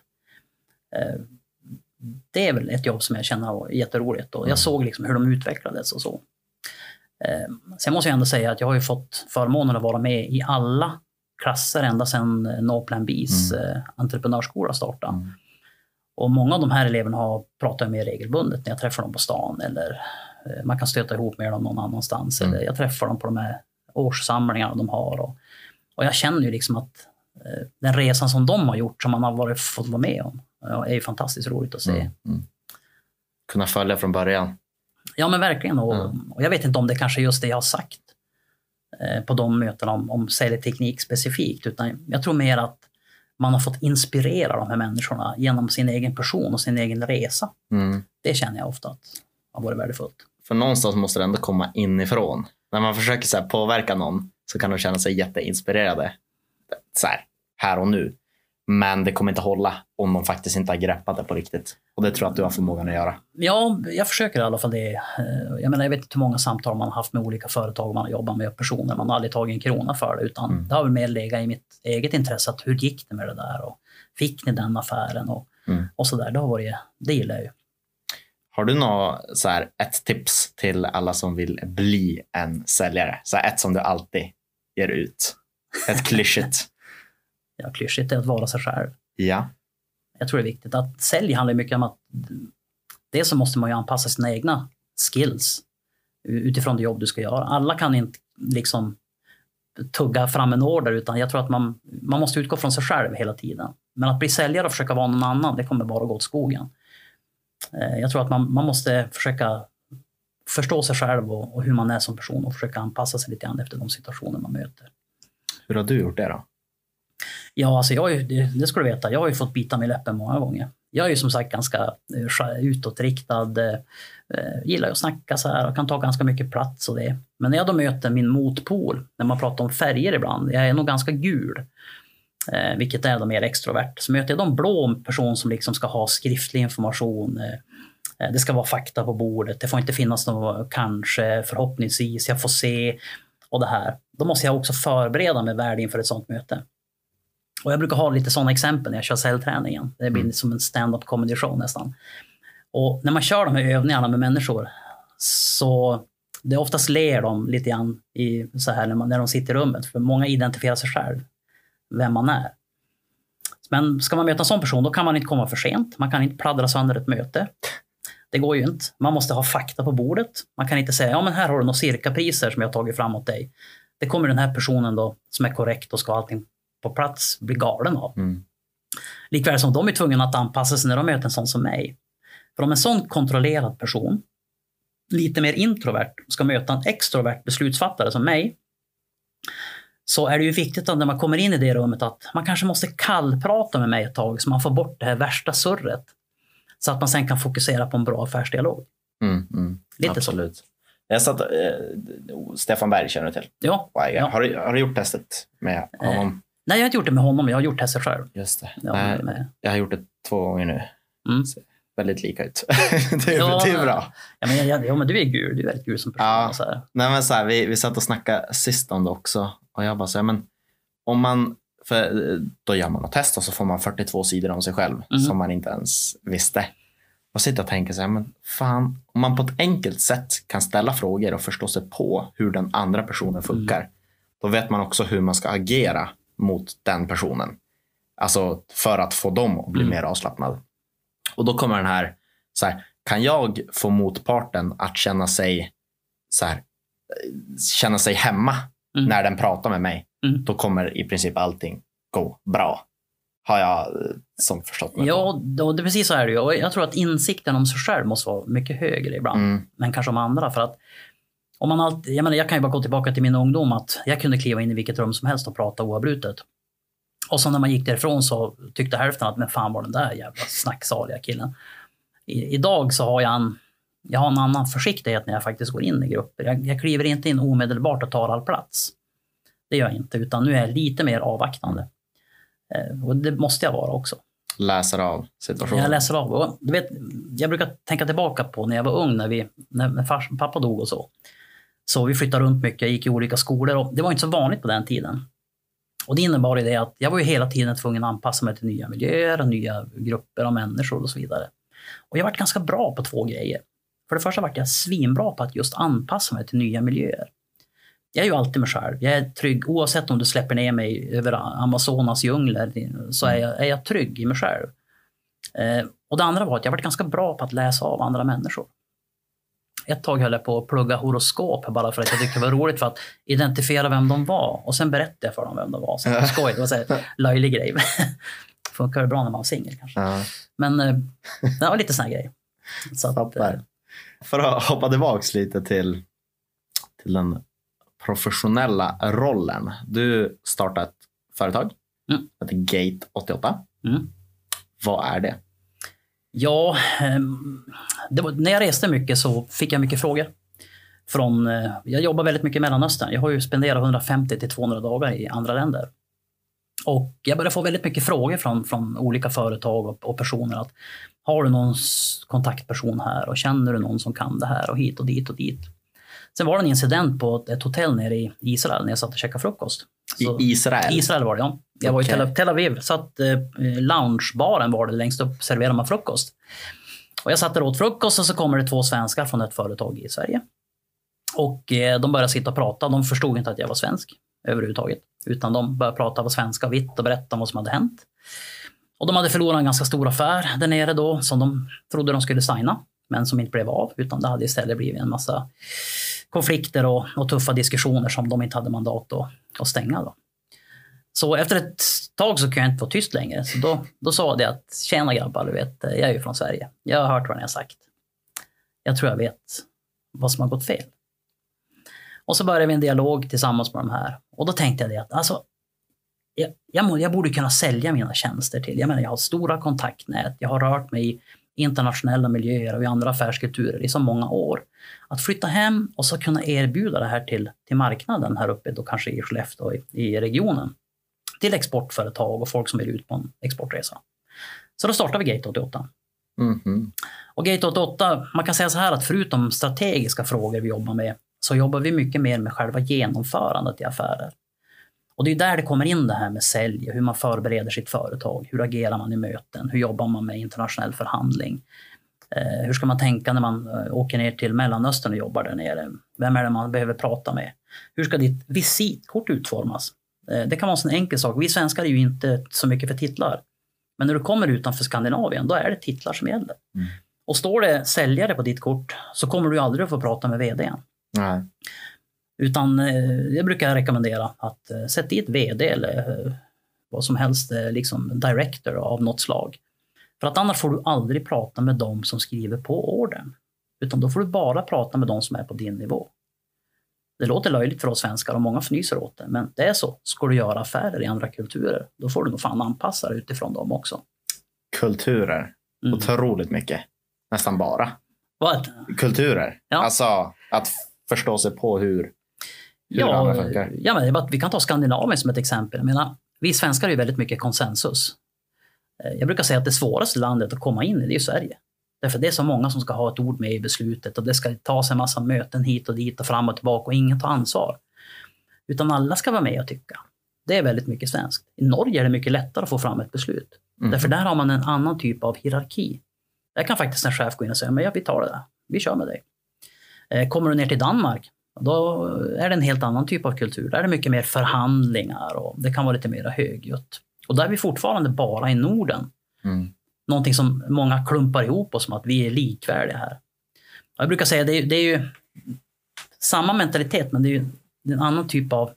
Det är väl ett jobb som jag känner var jätteroligt. Och jag såg liksom hur de utvecklades och så. Sen måste jag ändå säga att jag har ju fått förmånen att vara med i alla klasser ända sedan No Plan B's entreprenörsskola startade. Och många av de här eleverna pratar jag med regelbundet när jag träffar dem på stan, eller man kan stöta ihop med dem någon annanstans, eller jag träffar dem på de här årssamlingarna de har. Och jag känner ju liksom att den resan som de har gjort, som man har fått vara med om, är ju fantastiskt roligt att se. Kunna följa från början. Ja, men verkligen. Och jag vet inte om det kanske är just det jag har sagt på de mötena om säljteknik specifikt, utan jag tror mer att man har fått inspirera de här människorna genom sin egen person och sin egen resa. Det känner jag ofta att har varit värdefullt. För någonstans måste det ändå komma inifrån. När man försöker så här påverka någon, så kan de känna sig jätteinspirerade så här och nu. Men det kommer inte hålla om de faktiskt inte har greppat det på riktigt. Och det tror jag att du har förmågan att göra. Ja, jag försöker i alla fall det. Jag vet inte hur många samtal man har haft med olika företag man har jobbat med, personer. Man har aldrig tagit en krona för det, utan det har väl mer legat i mitt eget intresse att hur gick det med det där, och fick ni den affären och så där. Det gillar jag ju. Har du ett tips till alla som vill bli en säljare? Så här, ett som du alltid ger ut. Ett klyschigt. Ja, klyschigt är att vara sig själv. Ja. Jag tror det är viktigt. Att sälj handlar mycket om att dels så måste man ju anpassa sina egna skills utifrån det jobb du ska göra. Alla kan inte liksom tugga fram en order, utan jag tror att man måste utgå från sig själv hela tiden. Men att bli säljare och försöka vara någon annan, det kommer bara gå åt skogen. Jag tror att man måste försöka förstå sig själv och hur man är som person, och försöka anpassa sig lite grann efter de situationer man möter. Hur har du gjort det då? Ja, alltså det ska du veta. Jag har ju fått bita mig i läppen många gånger. Jag är ju som sagt ganska utåtriktad. Gillar att snacka så här och kan ta ganska mycket plats och det. Men när jag då möter min motpol, när man pratar om färger ibland, jag är nog ganska gul. Vilket är då mer extrovert. Så möter jag de blå person som liksom ska ha skriftlig information. Det ska vara fakta på bordet. Det får inte finnas något kanske, förhoppningsvis, jag får se. Och det här. Då måste jag också förbereda mig väl inför ett sånt möte. Och jag brukar ha lite sådana exempel när jag kör cellträningen. Det blir som en stand-up comedy show nästan. Och när man kör de här övningarna med människor så det oftast ler de lite grann så här när de sitter i rummet. För många identifierar sig själv, vem man är. Men ska man möta en sån person, då kan man inte komma för sent. Man kan inte pladdra sönder ett möte. Det går ju inte. Man måste ha fakta på bordet. Man kan inte säga, ja men här har du några cirkapriser som jag har tagit fram åt dig. Det kommer den här personen då som är korrekt och ska ha allting på plats bli galen av. Likväl som de är tvungna att anpassa sig när de möter en sån som mig. För om en sån kontrollerad person, lite mer introvert, ska möta en extrovert beslutsfattare som mig, så är det ju viktigt att när man kommer in i det rummet att man kanske måste kallprata med mig ett tag så man får bort det här värsta surret. Så att man sen kan fokusera på en bra affärsdialog. Lite absolut. Så. Jag satt, Stefan Berg känner du till? Ja. Ja. Har du gjort testet med honom? Nej, jag har inte gjort det med honom. Jag har gjort testet själv. Just det. Ja, jag har gjort det 2 gånger nu. Väldigt lika ut. det är bra. Ja, men du är gul. Du är väldigt gul som person. Ja. Så här. Nej, men så här, vi satt och snackade sist om det också. Och jag bara så här, men om man... För då gör man ett test och så får man 42 sidor om sig själv som man inte ens visste. Och sitter och tänker så här, men fan, om man på ett enkelt sätt kan ställa frågor och förstå sig på hur den andra personen funkar, då vet man också hur man ska agera mot den personen. Alltså för att få dem att bli mer avslappnad. Och då kommer den här, så här, kan jag få motparten att känna sig så här, känna sig hemma när den pratar med mig, då kommer i princip allting gå bra. Har jag som förstått mig. Ja, det precis så är det ju. Och jag tror att insikten om sig själv måste vara mycket högre ibland. Men kanske om andra. För att om man alltid, jag kan ju bara gå tillbaka till min ungdom att jag kunde kliva in i vilket rum som helst och prata oavbrutet. Och så när man gick därifrån så tyckte hälften att men fan var den där jävla snacksaliga killen. Idag så har jag en annan försiktighet när jag faktiskt går in i grupper. Jag kliver inte in omedelbart och tar all plats. Det gör jag inte, utan nu är jag lite mer avvaktande. Och det måste jag vara också. Läser av situationen. Jag läser av. Och du vet, jag brukar tänka tillbaka på när jag var ung, när pappa dog och så. Så vi flyttade runt mycket, jag gick i olika skolor och det var inte så vanligt på den tiden. Och det innebar det att jag var ju hela tiden tvungen att anpassa mig till nya miljöer och nya grupper av människor och så vidare. Och jag var ganska bra på 2 grejer. För det första var jag svinbra på att just anpassa mig till nya miljöer. Jag är ju alltid mig själv. Jag är trygg. Oavsett om du släpper ner mig över Amazonas djungler så är jag trygg i mig själv. Och det andra var att jag var ganska bra på att läsa av andra människor. Ett tag höll jag på att plugga horoskop bara för att jag tyckte det var roligt för att identifiera vem de var. Och sen berättade jag för dem vem de var. Så det var skoj. Det var så här löjlig grej. Funkar det bra när man var singel kanske. Ja. Men det var lite sån här grej. Så att, för att hoppa tillbaka lite till den professionella rollen. Du startade ett företag. Det heter Gate 88. Vad är det? Ja, när jag reste mycket så fick jag mycket frågor. Jag jobbar väldigt mycket i Mellanöstern. Jag har ju spenderat 150-200 dagar i andra länder. Och jag började få väldigt mycket frågor från olika företag och personer. Att, har du någon kontaktperson här? Och känner du någon som kan det här? Och hit och dit och dit. Sen var det en incident på ett hotell nere i Israel när jag satt och käkade frukost. Så, I Israel? Israel var det, ja. Jag var i Tel Aviv. Satt loungebaren var det längst upp, serverade man frukost. Och jag satt där åt frukost och så kommer det 2 svenskar från ett företag i Sverige. Och de började sitta och prata. De förstod inte att jag var svensk överhuvudtaget. Utan de började prata på svenska vitt och berätta om vad som hade hänt. Och de hade förlorat en ganska stor affär där nere då som de trodde de skulle signa. Men som inte blev av, utan det hade istället blivit en massa konflikter och tuffa diskussioner som de inte hade mandat att stänga. Då. Så efter ett tag så kunde jag inte få tyst längre. Så då sa jag att tjena grabbar, du vet, jag är ju från Sverige. Jag har hört vad ni har sagt. Jag tror jag vet vad som har gått fel. Och så började vi en dialog tillsammans med de här. Och då tänkte jag det att alltså, jag borde kunna sälja mina tjänster till. Jag menar, jag har stora kontaktnät, jag har rört mig i internationella miljöer och i andra affärskulturer i så många år. Att flytta hem och så kunna erbjuda det här till marknaden här uppe, då kanske i Skellefteå i regionen, till exportföretag och folk som är ute på en exportresa. Så då startade vi Gate 88. Mm-hmm. Och Gate 88, man kan säga så här att förutom strategiska frågor vi jobbar med, så jobbar vi mycket mer med själva genomförandet i affärer. Och det är där det kommer in det här med sälj, hur man förbereder sitt företag, hur agerar man i möten, hur jobbar man med internationell förhandling. Hur ska man tänka när man åker ner till Mellanöstern och jobbar där nere? Vem är det man behöver prata med? Hur ska ditt visitkort utformas? Det kan vara en sån enkel sak. Vi svenskar är ju inte så mycket för titlar. Men när du kommer utanför Skandinavien, då är det titlar som gäller. Mm. Och står det säljare på ditt kort, så kommer du aldrig att få prata med vd:n. Nej. Utan jag brukar rekommendera att sätta dit vd eller vad som helst, liksom director av något slag. För att annars får du aldrig prata med dem som skriver på ordern. Utan då får du bara prata med dem som är på din nivå. Det låter löjligt för oss svenskar och många fnyser åt det. Men det är så. Ska du göra affärer i andra kulturer, då får du nog fan anpassa dig utifrån dem också. Kulturer. Otroligt mycket. Nästan bara. Vad? Kulturer. Ja. Alltså att förstå sig på hur andra funkar. Ja, men vi kan ta Skandinavien som ett exempel. Jag menar, vi svenskar är ju väldigt mycket konsensus. Jag brukar säga att det svåraste landet att komma in i, det är Sverige. Därför det är så många som ska ha ett ord med i beslutet och det ska tas en massa möten hit och dit och fram och tillbaka och ingen tar ansvar. Utan alla ska vara med och tycka. Det är väldigt mycket svenskt. I Norge är det mycket lättare att få fram ett beslut. Därför där har man en annan typ av hierarki. Där kan faktiskt en chef gå in och säga, men ja, vi tar det där. Vi kör med dig. Kommer du ner till Danmark, då är det en helt annan typ av kultur. Där är det mycket mer förhandlingar och det kan vara lite mer högljutt. Och där är vi fortfarande bara i Norden. Någonting som många klumpar ihop oss som att vi är likvärdiga här. Jag brukar säga det är ju samma mentalitet, men det är ju en annan typ av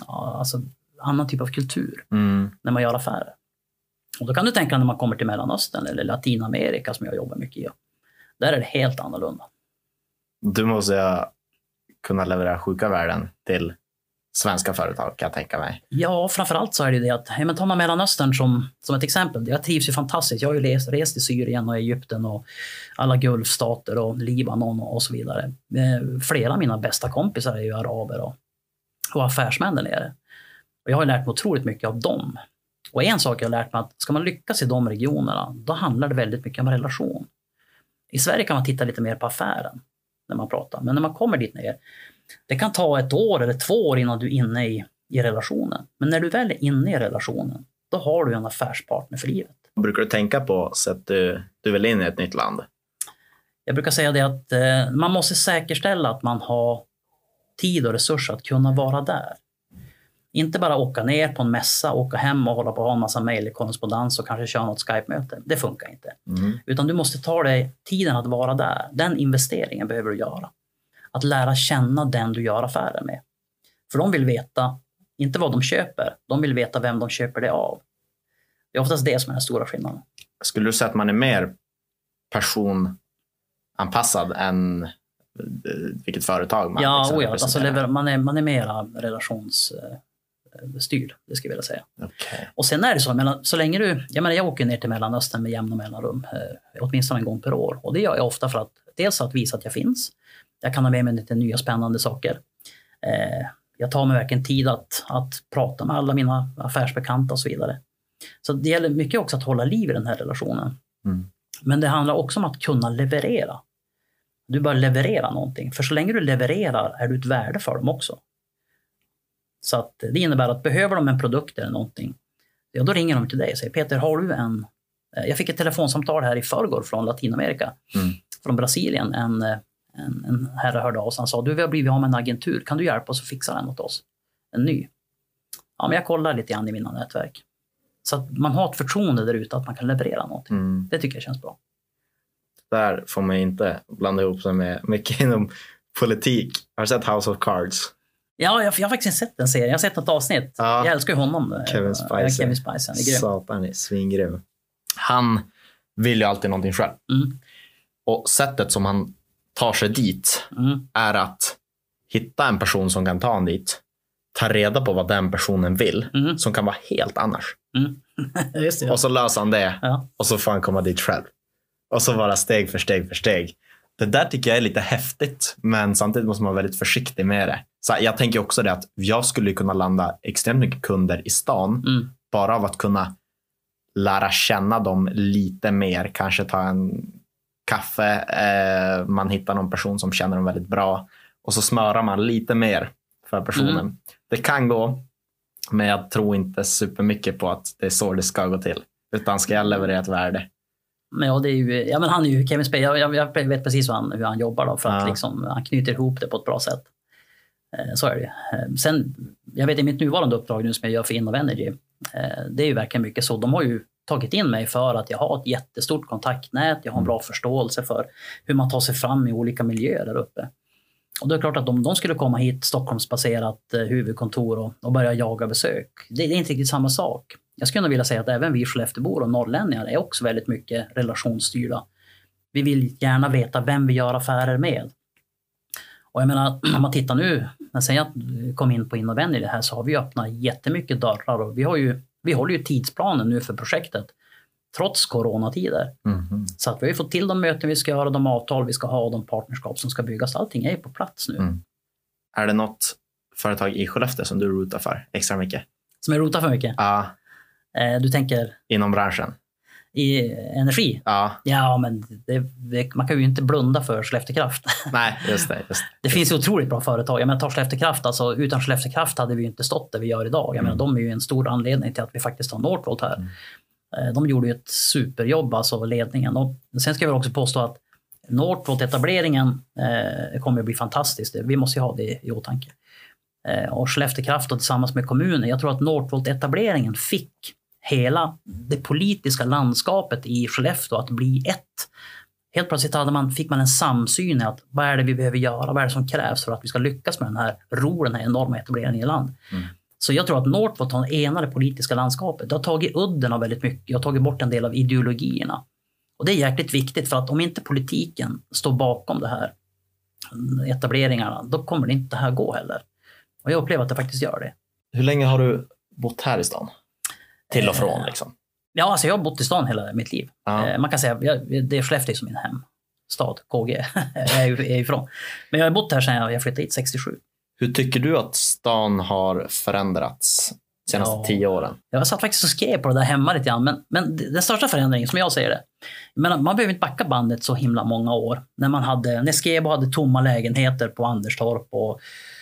kultur när man gör affärer. Och då kan du tänka när man kommer till Mellanöstern eller Latinamerika som jag jobbar mycket i. Där är det helt annorlunda. Du måste kunna leverera sjuka värden till svenska företag, kan jag tänka mig. Ja, framförallt så är det att, men tar man Mellanöstern som ett exempel. Jag trivs ju fantastiskt. Jag har ju rest i Syrien och Egypten och alla Gulfstater och Libanon och så vidare. Flera av mina bästa kompisar är ju araber och affärsmän där nere. Och jag har lärt mig otroligt mycket av dem. Och en sak jag har lärt mig att ska man lyckas i de regionerna, då handlar det väldigt mycket om relation. I Sverige kan man titta lite mer på affären när man pratar. Men när man kommer dit ner, det kan ta 1 år eller 2 år innan du är inne i relationen. Men när du väl är inne i relationen, då har du en affärspartner för livet. Vad brukar du tänka på så att du vill in i ett nytt land? Jag brukar säga det att man måste säkerställa att man har tid och resurser att kunna vara där. Inte bara åka ner på en mässa, åka hem och hålla på och ha en massa mejlkorrespondens och kanske köra något Skype-möte. Det funkar inte. Utan du måste ta dig tiden att vara där. Den investeringen behöver du göra. Att lära känna den du gör affärer med. För de vill veta, inte vad de köper, de vill veta vem de köper det av. Det är oftast det som är den stora skillnaden. Skulle du säga att man är mer personanpassad än vilket företag man alltså man är mera relationsstyrd, det ska jag vilja säga. Okay. Och sen är det så länge jag åker ner till Mellanöstern med jämna mellanrum, åtminstone en gång per år. Och det gör jag ofta för att dels att visa att jag finns. Jag kan ha med mig lite nya spännande saker. Jag tar mig verkligen tid att prata med alla mina affärsbekanta och så vidare. Så det gäller mycket också att hålla liv i den här relationen. Men det handlar också om att kunna leverera. Du bör leverera någonting. För så länge du levererar är du ett värde för dem också. Så att det innebär att behöver de en produkt eller någonting, ja, då ringer de till dig och säger, Peter, har du en... Jag fick ett telefonsamtal här i förrgår från Latinamerika. Från Brasilien. En herre hörde av oss. Han sa, vi har blivit av med en agentur. Kan du hjälpa oss att fixa den åt oss? En ny. Ja, men jag kollar lite grann i mina nätverk. Så att man har ett förtroende där ute att man kan leverera någonting. Det tycker jag känns bra. Där får man inte blanda ihop sig med mycket inom politik. Har du sett House of Cards? Ja, jag har faktiskt sett den serien. Jag har sett ett avsnitt. Ja. Jag älskar ju honom. Kevin Spacey. Satan är svingrym. Han vill ju alltid någonting själv. Och sättet som han tar sig dit är att hitta en person som kan ta han dit, ta reda på vad den personen vill, som kan vara helt annars. Just det, ja. Och så löser han det, och så får han komma dit själv. Och så vara steg för steg för steg. Det där tycker jag är lite häftigt, men samtidigt måste man vara väldigt försiktig med det. Så jag tänker också det att jag skulle kunna landa extremt mycket kunder i stan bara av att kunna lära känna dem lite mer. Kanske ta en kaffe, man hittar någon person som känner dem väldigt bra och så smörar man lite mer för personen. Det kan gå, men jag tror inte supermycket på att det är så det ska gå till. Utan ska jag leverera ett värde. Men ja, det är ju, ja, men han är ju Kevin Spacey. Jag vet precis hur han jobbar då, för att liksom, han knyter ihop det på ett bra sätt. Så är det. Sen, jag vet i mitt nuvarande uppdrag nu som jag gör för Innovenergy, det är ju verkligen mycket så. De har ju tagit in mig för att jag har ett jättestort kontaktnät, jag har en bra förståelse för hur man tar sig fram i olika miljöer där uppe. Och det är klart att om de skulle komma hit, Stockholmsbaserat huvudkontor och börja jaga besök, det är inte riktigt samma sak. Jag skulle nog vilja säga att även vi Skelleftebor och norrlänningar är också väldigt mycket relationsstyrda. Vi vill gärna veta vem vi gör affärer med. Och jag menar, om man tittar nu, när jag kom in på Innovenergy här, så har vi öppnat jättemycket dörrar och vi håller ju tidsplanen nu för projektet trots coronatider. Så att vi har fått till de möten vi ska göra, de avtal vi ska ha, de partnerskap som ska byggas. Allting är på plats nu. Är det något företag i Skellefteå som du rotar för extra mycket? Som jag rotar för mycket? Ja. Du tänker? Inom branschen? I energi? Ja, men man kan ju inte blunda för Skellefteå Kraft. Nej, just det. Det finns ju otroligt bra företag. Jag menar, ta Skellefteå Kraft, alltså utan Skellefteå Kraft hade vi ju inte stått där vi gör idag. Jag menar, de är ju en stor anledning till att vi faktiskt har Northvolt här. De gjorde ju ett superjobb, alltså ledningen. Och sen ska jag väl också påstå att Northvolt-etableringen kommer att bli fantastisk. Vi måste ju ha det i åtanke. Och Skellefteå Kraft och tillsammans med kommunen, jag tror att Northvolt-etableringen fick hela det politiska landskapet i Skellefteå att bli ett. Helt plötsligt fick man en samsyn i att vad är det vi behöver göra, vad är det som krävs för att vi ska lyckas med den här enorma etableringen i land. Så jag tror att Northvolt har enat det politiska landskapet. Det har tagit udden av väldigt mycket, det har tagit bort en del av ideologierna. Och det är jäkligt viktigt, för att om inte politiken står bakom det här etableringarna, då kommer det inte det här gå heller. Och jag upplever att det faktiskt gör det. Hur länge har du bott här i stan? Till och från liksom? Ja, alltså jag har bott i stan hela mitt liv. Man kan säga det är Skellefteå som min hemstad, KG. jag är ifrån. Men jag har bott här sedan jag flyttade hit 67. Hur tycker du att stan har förändrats de senaste 10 åren? Jag satt faktiskt och skrev på det där hemma lite grann. Men den största förändringen, som jag säger det, man behöver inte backa bandet så himla många år. När Skebo hade tomma lägenheter på Anderstorp och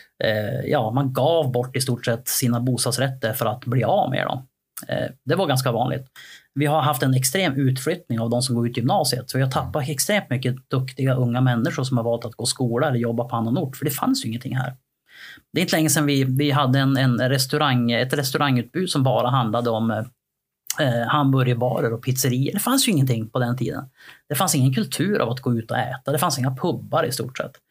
man gav bort i stort sett sina bostadsrätter för att bli av med dem. Det var ganska vanligt. Vi har haft en extrem utflyttning av de som går ut gymnasiet. Så vi har tappat extremt mycket duktiga unga människor som har valt att gå skola eller jobba på annan ort. För det fanns ju ingenting här. Det är inte länge sedan vi hade ett restaurangutbud som bara handlade om hamburgerbarer och pizzerier. Det fanns ju ingenting på den tiden. Det fanns ingen kultur av att gå ut och äta. Det fanns inga pubbar i stort sett.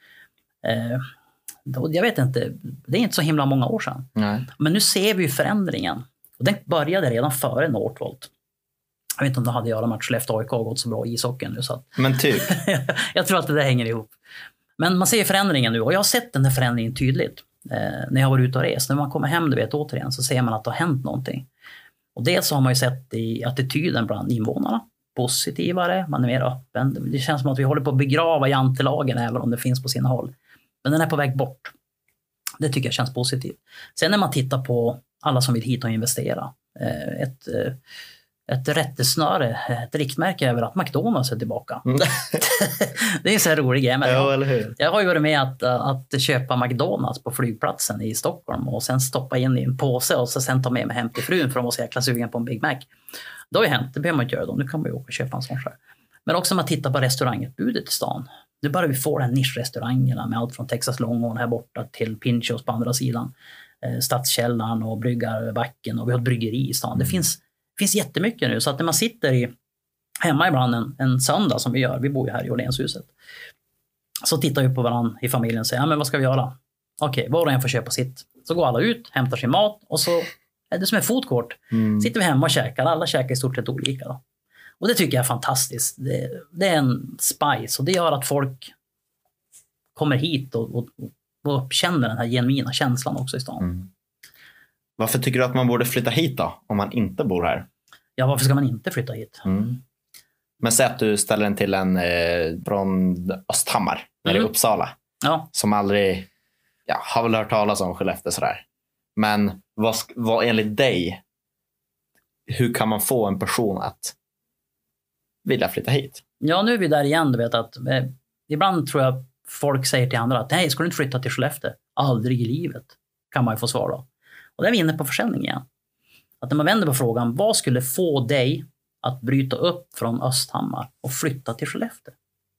Jag vet inte, det är inte så himla många år sedan. Nej. Men nu ser vi ju förändringen. Och den började redan före Northvolt. Jag vet inte om det hade att göra med att Skellefteå AIK har gått så bra i ishockeyn nu. Så att men typ. jag tror att det där hänger ihop. Men man ser förändringen nu, och jag har sett den här förändringen tydligt när jag har varit ute och rest. När man kommer hem, återigen, så ser man att det har hänt någonting. Och dels så har man ju sett i attityden bland invånarna. Positivare, man är mer öppen. Det känns som att vi håller på att begrava jantelagen, även om det finns på sina håll. Men den är på väg bort. Det tycker jag känns positivt. Sen när man tittar på alla som vill hit och investera. Ett rättesnöre, ett riktmärke över att McDonalds är tillbaka. Det är en så här rolig grej. Ja, eller hur? Jag har ju varit med att köpa McDonalds på flygplatsen i Stockholm och sen stoppa in i en påse och sen ta med mig hem till frun för att vara så jäkla sugen på en Big Mac. Det har ju hänt, det behöver man inte göra då. Nu kan man ju åka och köpa en sån själv. Men också om man tittar på restaurangutbudet i stan. Nu börjar vi få den nischrestaurangerna med allt från Texas Longhorn här borta till Pinchos på andra sidan. Stadskällan och Bryggarbacken, och vi har ett bryggeri i stan. Det finns jättemycket nu, så att när man sitter hemma ibland en söndag som vi gör, vi bor ju här i Åhlénshuset, så tittar vi på varandra i familjen och säger, men vad ska vi göra? Okej, var och en får köpa sitt. Så går alla ut, hämtar sin mat och så är det som en fotkort. Sitter vi hemma och käkar, alla käkar i stort sett olika då. Och det tycker jag är fantastiskt. Det är en spice, och det gör att folk kommer hit och känner den här genuina känslan också i stan. Varför tycker du att man borde flytta hit då? Om man inte bor här? Ja, varför ska man inte flytta hit? Men säg att du ställer en till en från Östhammar. Eller Uppsala. Ja. Som aldrig har väl hört talas om Skellefteå sådär. Men vad enligt dig, hur kan man få en person att vilja flytta hit? Ja, nu är vi där igen. Du vet att ibland tror jag folk säger till andra att nej, ska du inte flytta till Skellefteå? Aldrig i livet, kan man ju få svar då. Och där är vi inne på försäljning igen. Att när man vänder på frågan, vad skulle få dig att bryta upp från Östhammar och flytta till Skellefteå?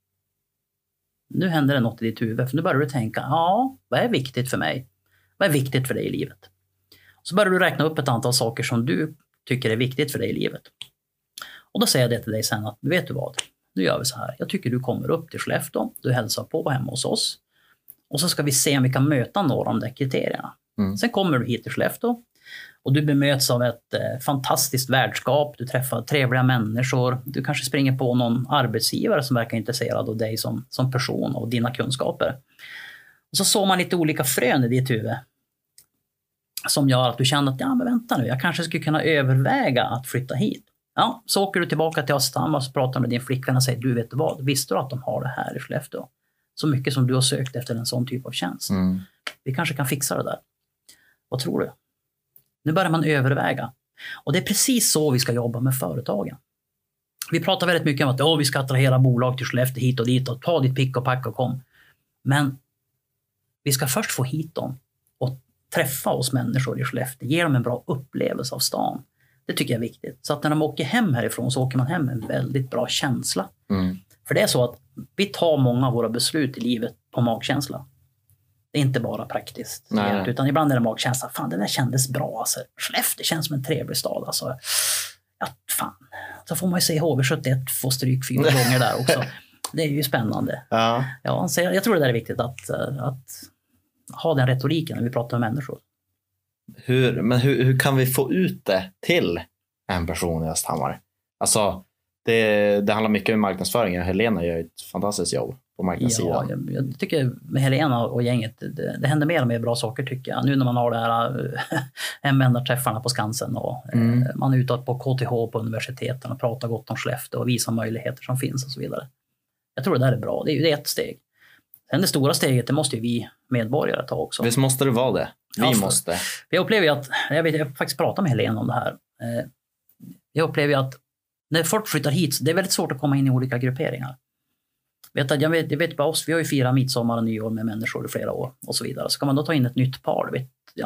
Nu händer det något i ditt huvud, för nu börjar du tänka, vad är viktigt för mig? Vad är viktigt för dig i livet? Så börjar du räkna upp ett antal saker som du tycker är viktigt för dig i livet. Och då säger jag det till dig sen att, vet du vad? Nu gör vi så här. Jag tycker du kommer upp till Skellefteå, du hälsar på hemma hos oss. Och så ska vi se om vi kan möta några av de där kriterierna. Sen kommer du hit till Skellefteå. Och du bemöts av ett fantastiskt värdskap. Du träffar trevliga människor. Du kanske springer på någon arbetsgivare som verkar intresserad av dig som person och dina kunskaper. Och så såg man lite olika frön i ditt huvud. Som gör att du känner att, men vänta nu, jag kanske skulle kunna överväga att flytta hit. Ja, så åker du tillbaka till Östhammar och så pratar med din flickvän och säger, du vet vad, visste du att de har det här i Skellefteå? Så mycket som du har sökt efter en sån typ av tjänst. Vi kanske kan fixa det där. Vad tror du? Nu börjar man överväga. Och det är precis så vi ska jobba med företagen. Vi pratar väldigt mycket om att vi ska attrahera bolag till Skellefteå hit och dit och ta ditt pick och pack och kom. Men vi ska först få hit dem och träffa oss människor i Skellefteå. Ge dem en bra upplevelse av stan. Det tycker jag är viktigt. Så att när de åker hem härifrån så åker man hem med en väldigt bra känsla. För det är så att vi tar många av våra beslut i livet på magkänsla. Det är inte bara praktiskt. Utan ibland är det magkänsla. Fan, det där kändes bra. Alltså. Skellefteå känns som en trevlig stad. Alltså. Ja, fan. Så får man ju se HV71 få stryk 4 gånger där också. Det är ju spännande. Ja, så jag tror det där är viktigt att ha den retoriken när vi pratar med människor. Hur kan vi få ut det till en person i Östhammar? Alltså, det handlar mycket om marknadsföring. Helena gör ett fantastiskt jobb på marknadssidan. Ja, jag tycker med Helena och gänget, det händer mer och mer bra saker tycker jag. Nu när man har det här hemvändarträffarna på Skansen och man är ute på KTH på universiteten och pratar gott om Skellefteå och visar möjligheter som finns och så vidare. Jag tror det där är bra. Det är ju ett steg. Sen det stora steget, det måste ju vi medborgare ta också. Visst måste det vara det. Vi måste. Jag upplever ju att, jag har faktiskt pratat med Helena om det här. Jag upplever ju att när folk flyttar hit, det är väldigt svårt att komma in i olika grupperingar. Jag vet bara oss, vi har ju firat midsommar och nyår med människor i flera år och så vidare. Så kan man då ta in ett nytt par,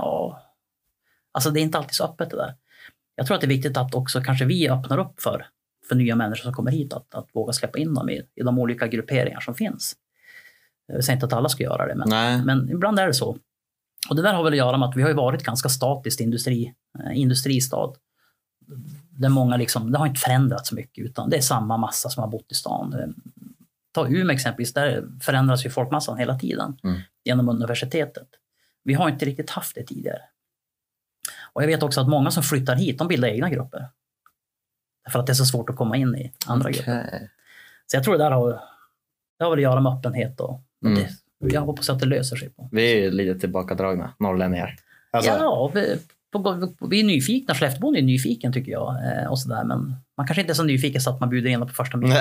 alltså det är inte alltid så öppet det där. Jag tror att det är viktigt att också kanske vi öppnar upp för nya människor som kommer hit att våga släppa in dem i de olika grupperingar som finns. Jag säger inte att alla ska göra det, men ibland är det så. Och det där har väl att göra med att vi har ju varit ganska statiskt industristad. Där många det har inte förändrats så mycket utan det är samma massa som har bott i stan. Ta Umeå exempelvis, där förändras ju folkmassan hela tiden genom universitetet. Vi har inte riktigt haft det tidigare. Och jag vet också att många som flyttar hit, de bildar egna grupper. För att det är så svårt att komma in i andra grupper. Så jag tror det där har väl att göra med öppenhet och jag hoppas att det löser sig på. Vi är ju lite tillbakadragna, norrlänningar. Alltså. Ja, vi är nyfikna. Skellefteåbon är nyfiken tycker jag. Och så där, men man kanske inte är så nyfiken så att man bjuder in på första middag.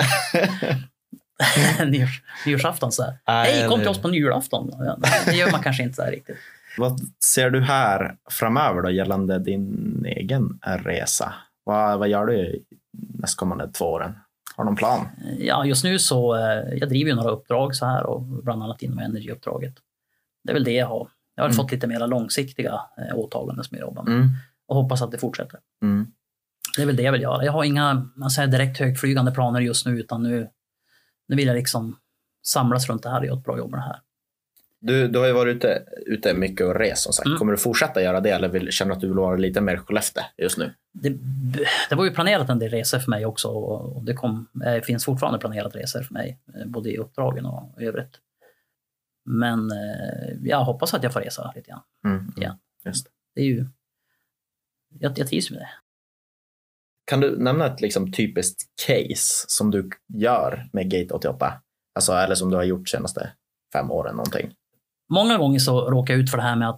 Nyårsafton så här. Hej, kom till oss på nyårsafton. Det gör man kanske inte så här riktigt. Vad ser du här framöver då gällande din egen resa? Vad gör du nästkommande 2 åren? Har du någon plan? Ja, just nu så jag driver ju några uppdrag så här och bland annat inom energiuppdraget. Det är väl det jag har. Jag har fått lite mer långsiktiga åtaganden som jag jobbar med och hoppas att det fortsätter. Det är väl det jag vill göra. Jag har inga direkt högflygande planer just nu utan nu vill jag samlas runt det här och göra ett bra jobb med det här. Du har ju varit ute mycket och rest som sagt. Kommer du fortsätta göra det eller känner du att du vill vara lite mer Skellefteå just nu? Det var ju planerat en del resor för mig också och det finns fortfarande planerat resor för mig både i uppdragen och övrigt. Men jag hoppas att jag får resa lite grann. Just. Det är ju jag trivs med det. Kan du nämna ett typiskt case som du gör med Gate 88? Alltså, eller som du har gjort senaste 5 åren någonting? Många gånger så råkar jag ut för det här med att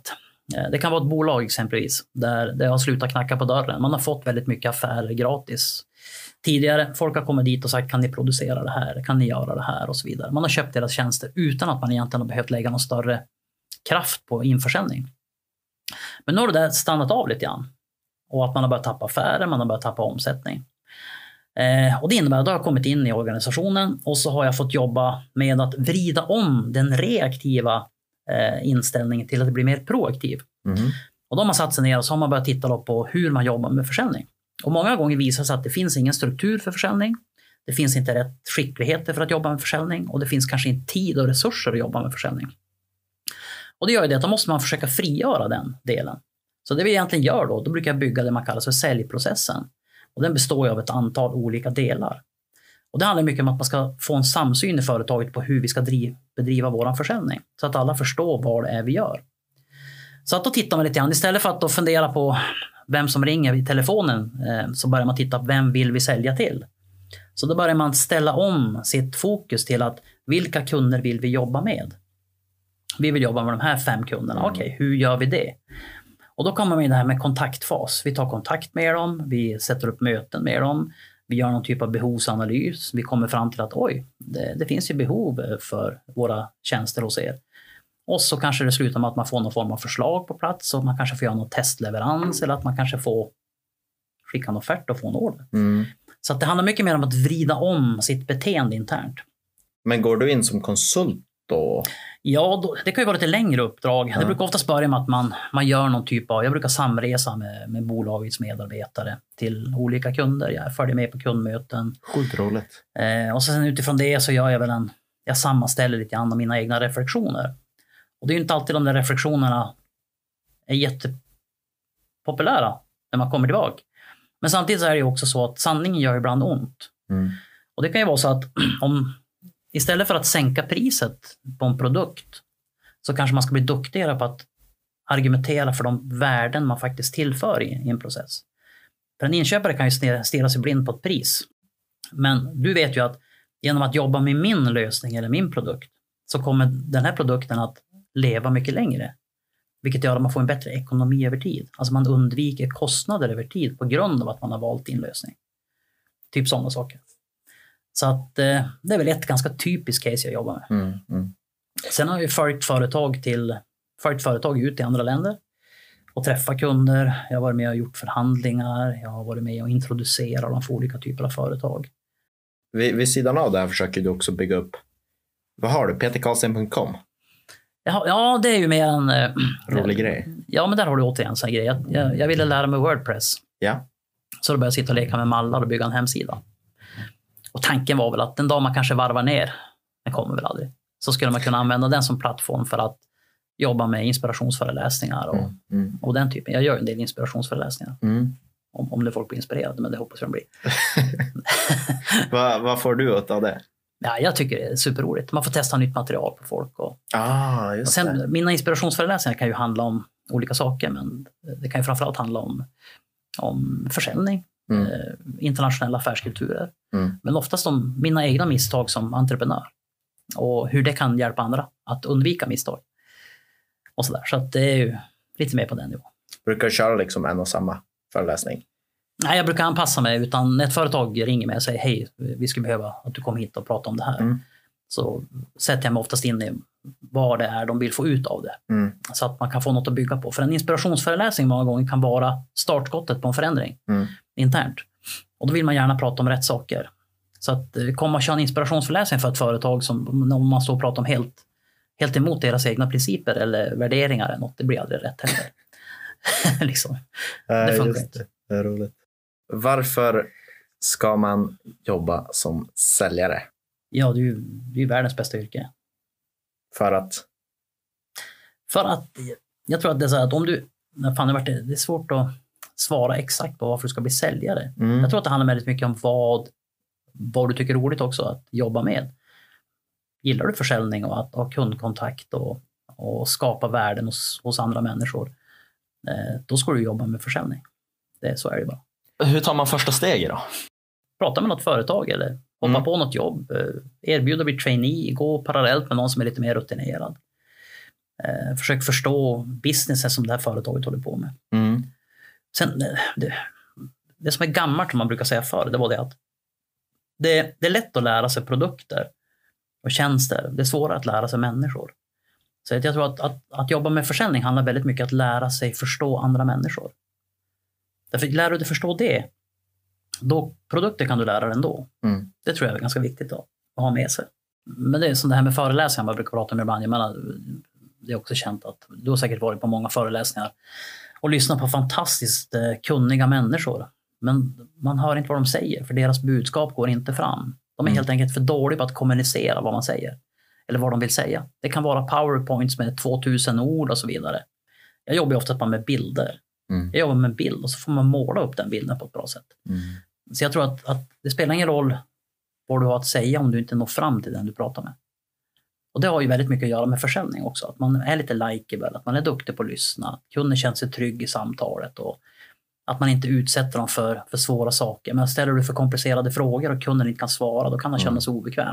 Det kan vara ett bolag exempelvis där det har slutat knacka på dörren. Man har fått väldigt mycket affärer gratis. Tidigare, folk har kommit dit och sagt, kan ni producera det här? Kan ni göra det här? Och så vidare. Man har köpt deras tjänster utan att man egentligen har behövt lägga någon större kraft på införsäljning. Men nu har det där stannat av lite grann. Och att man har börjat tappa affärer, man har börjat tappa omsättning. Och det innebär att jag har kommit in i organisationen och så har jag fått jobba med att vrida om den reaktiva inställningen till att det blir mer proaktiv. Och då har man satt sig ner och så har man börjat titta på hur man jobbar med försäljning. Och många gånger visar sig att det finns ingen struktur för försäljning. Det finns inte rätt skickligheter för att jobba med försäljning och det finns kanske inte tid och resurser att jobba med försäljning. Och det gör ju det att då måste man försöka frigöra den delen. Så det vi egentligen gör då brukar jag bygga det man kallar för säljprocessen. Och den består ju av ett antal olika delar. Och det handlar mycket om att man ska få en samsyn i företaget på hur vi ska bedriva vår försäljning. Så att alla förstår vad det är vi gör. Så att då tittar man lite grann. Istället för att då fundera på vem som ringer vid telefonen så börjar man titta på vem vill vi sälja till. Så då börjar man ställa om sitt fokus till att vilka kunder vill vi jobba med? Vi vill jobba med de här 5 kunderna. Okej, hur gör vi det? Och då kommer man in det här med kontaktfas. Vi tar kontakt med dem, vi sätter upp möten med dem, vi gör någon typ av behovsanalys. Vi kommer fram till att det finns ju behov för våra tjänster hos er. Och så kanske det slutar med att man får någon form av förslag på plats och man kanske får göra någon testleverans eller att man kanske får skicka en offert och få en order. Så att det handlar mycket mer om att vrida om sitt beteende internt. Men går du in som konsult då? Ja, det kan ju vara lite längre uppdrag. Det brukar oftast börja med att man gör någon typ av, jag brukar samresa med bolagets medarbetare till olika kunder. Jag följer med på kundmöten. Sjukt roligt. Och sen utifrån det så gör jag väl jag sammanställer lite grann av mina egna reflektioner. Och det är ju inte alltid de där reflektionerna är jättepopulära när man kommer tillbaka. Men samtidigt så är det ju också så att sanningen gör ibland ont. Och det kan ju vara så att istället för att sänka priset på en produkt så kanske man ska bli duktigare på att argumentera för de värden man faktiskt tillför i en process. För en inköpare kan ju stirra sig blind på ett pris. Men du vet ju att genom att jobba med min lösning eller min produkt så kommer den här produkten att leva mycket längre. Vilket gör att man får en bättre ekonomi över tid. Alltså man undviker kostnader över tid på grund av att man har valt din lösning. Typ sådana saker. Så att det är väl ett ganska typiskt case jag jobbar med. Sen har jag följt företag ut i andra länder och träffat kunder. Jag har varit med och gjort förhandlingar. Jag har varit med och introducerat dem för olika typer av företag. Vid sidan av det här försöker du också bygga upp, vad har du? peterkarlsten.com? Ja, det är ju mer en rolig grej. Ja, men där har du återigen en sån grej. Jag ville lära mig WordPress. Ja. Så då började jag sitta och leka med mallar och bygga en hemsida. Och tanken var väl att den dag man kanske varvar ner, den kommer väl aldrig, så skulle man kunna använda den som plattform för att jobba med inspirationsföreläsningar och den typen. Jag gör en del inspirationsföreläsningar. Om det folk blir inspirerade, men det hoppas jag de blir. Vad får du åt av det? Ja, jag tycker det är superroligt. Man får testa nytt material på folk. Just och sen, det. Mina inspirationsföreläsningar kan ju handla om olika saker, men det kan ju framförallt handla om försäljning, internationella affärskulturer. Men oftast om mina egna misstag som entreprenör och hur det kan hjälpa andra att undvika misstag. Och så där. Så att det är ju lite mer på den nivån. Brukar du köra liksom en och samma föreläsning? Nej, jag brukar anpassa mig, utan när ett företag ringer mig och säger hej, vi skulle behöva att du kommer hit och pratar om det här. Så sätter jag mig oftast in i vad det är de vill få ut av det. Så att man kan få något att bygga på. För en inspirationsföreläsning många gånger kan vara startskottet på en förändring internt. Och då vill man gärna prata om rätt saker. Så att komma och köra en inspirationsföreläsning för ett företag som om man står och pratar om helt emot deras egna principer eller värderingar eller något, det blir aldrig rätt heller. liksom. Det funkar inte. Det är roligt. Varför ska man jobba som säljare? Ja, det är ju världens bästa yrke. För att jag tror att det är så att om du, det är svårt att svara exakt på varför du ska bli säljare. Jag tror att det handlar väldigt mycket om vad du tycker är roligt också att jobba med. Gillar du försäljning och att ha kundkontakt och skapa värden hos andra människor, då ska du jobba med försäljning. Så är det bara. Hur tar man första steget då? Prata med något företag eller hoppa på något jobb. Erbjuda bli trainee, gå parallellt med någon som är lite mer rutinerad. Försök förstå businessen som det här företaget håller på med. Sen, det som är gammalt som man brukar säga förr, det var det att det är lätt att lära sig produkter och tjänster. Det är svårare att lära sig människor. Så jag tror att jobba med försäljning handlar väldigt mycket om att lära sig förstå andra människor. Därför lär du dig förstå det, då produkter kan du lära dig ändå. Det tror jag är ganska viktigt att ha med sig. Men det är som det här med föreläsningar man brukar prata om ibland. Jag menar, det är också känt att du har säkert varit på många föreläsningar och lyssnat på fantastiskt kunniga människor. Men man hör inte vad de säger, för deras budskap går inte fram. De är helt enkelt för dåliga på att kommunicera vad man säger. Eller vad de vill säga. Det kan vara powerpoints med 2000 ord och så vidare. Jag jobbar ju ofta bara med bilder. Jag jobbar med en bild och så får man måla upp den bilden på ett bra sätt. Så jag tror att det spelar ingen roll vad du har att säga om du inte når fram till den du pratar med. Och det har ju väldigt mycket att göra med försäljning också. Att man är lite likeable, att man är duktig på att lyssna. Att kunden känner sig trygg i samtalet och att man inte utsätter dem för svåra saker. Men ställer du för komplicerade frågor och kunden inte kan svara, då kan han känna sig obekväm.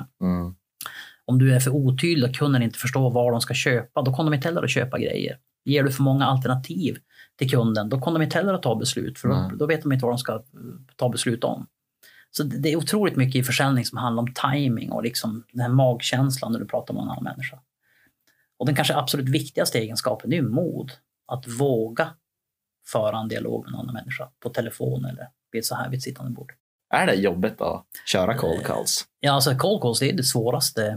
Om du är för otydlig och kunden inte förstår vad de ska köpa, då kommer de inte heller att köpa grejer. Ger du för många alternativ till kunden, då kommer de inte heller att ta beslut. För då vet de inte vad de ska ta beslut om. Så det är otroligt mycket i försäljning som handlar om timing och liksom den här magkänslan när du pratar med en annan människa. Och den kanske absolut viktigaste egenskapen är ju mod. Att våga föra en dialog med en annan människa på telefon eller vid ett sittande bord. Är det jobbigt att köra cold calls? Ja, alltså cold calls är det svåraste.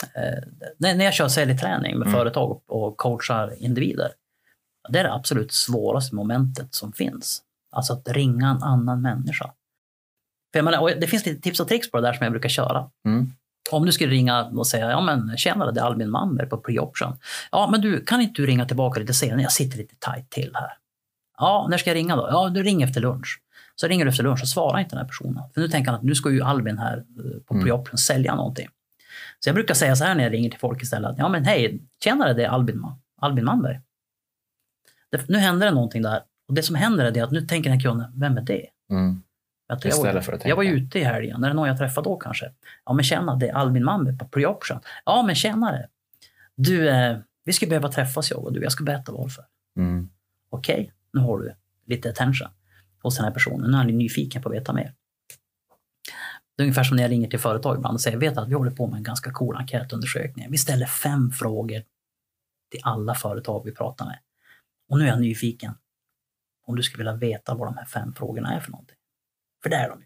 När jag kör säljträning med företag och coachar individer, det är det absolut svåraste momentet som finns. Alltså att ringa en annan människa. För jag menar, det finns lite tips och tricks på det där som jag brukar köra. Om du skulle ringa och säga, ja men tjänare, det är Albin Mamber på pre-option. Ja, men du, kan inte du ringa tillbaka lite senare? Jag sitter lite tight till här. Ja, när ska jag ringa då? Ja, du ringer efter lunch. Så ringer du efter lunch och svarar inte den här personen. För nu tänker han att nu ska ju Albin här på pre-option sälja någonting. Så jag brukar säga så här när jag ringer till folk istället. Ja men hej, tjänare, det är Albin Mamberg. Nu händer det någonting där. Och det som händer är det att nu tänker den kunden, vem är det? Jag var ju ute i helgen. Är det någon jag träffade då kanske? Ja men tjena, det är Albin Mamberg på pre-option. Ja men tjänare. Du, vi ska behöva träffas jag och du. Jag ska berätta varför. Okej, nu har du lite attention hos den här personen. Nu är han nyfiken på att veta mer. Det är ungefär som när jag ringer till företag ibland och säger, vet att vi håller på med en ganska cool enkätundersökning. Vi ställer 5 frågor till alla företag vi pratar med. Och nu är jag nyfiken om du skulle vilja veta vad de här 5 frågorna är för någonting. För det är de ju.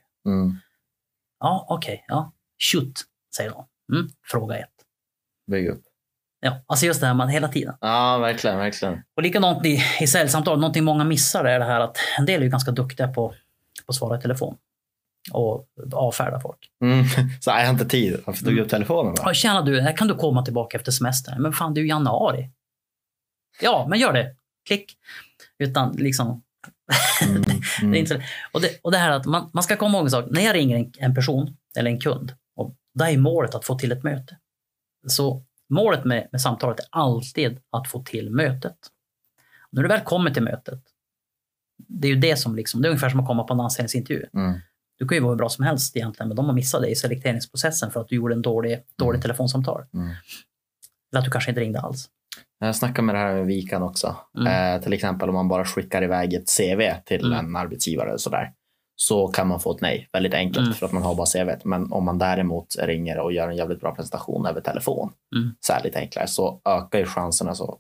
Ja, okej. Ja. Shoot, säger de. Fråga 1. Bygg upp. Ja, alltså just det här man hela tiden. Ja, verkligen. Och likadant i säljsamtal, någonting många missar är det här att en del är ju ganska duktiga på att svara i telefon. Och avfärda folk. Så jag har inte tid. Varför tog du upp telefonen då? Ja, tjena du, här kan du komma tillbaka efter semestern. Men fan, det är ju januari. Ja, men gör det. Klick. Utan liksom... det är inte så. Och det här att man ska komma ihåg en sak. När jag ringer en person eller en kund, och där är målet att få till ett möte. Så målet med samtalet är alltid att få till mötet. När du väl kommer till mötet, det är ju det som liksom, det är ungefär som att komma på en anställningsintervju. Du kan ju vara hur bra som helst egentligen, men de har missat dig i selekteringsprocessen för att du gjorde en dålig telefonsamtal. Eller att du kanske inte ringde alls. Jag snackar med det här med Vikan också. Till exempel om man bara skickar iväg ett CV till en arbetsgivare och sådär, så kan man få ett nej. Väldigt enkelt för att man har bara CV. Men om man däremot ringer och gör en jävligt bra presentation över telefon, så är det lite enklare, så ökar ju chanserna så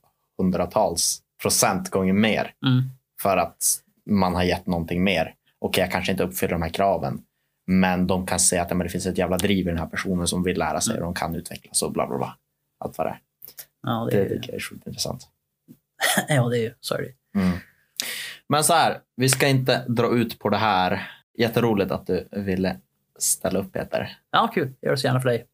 100% gånger mer för att man har gett någonting mer. Okej, jag kanske inte uppfyller de här kraven, men de kan säga att det finns ett jävla driv i den här personen som vill lära sig och de kan utvecklas och bla bla bla. Allt vad det är. Ja, det är sjukt intressant. Ja, det är ju så är det. Men så här, vi ska inte dra ut på det här. Jätteroligt att du ville ställa upp, Peter. Ja, kul. Jag gör det så gärna för dig.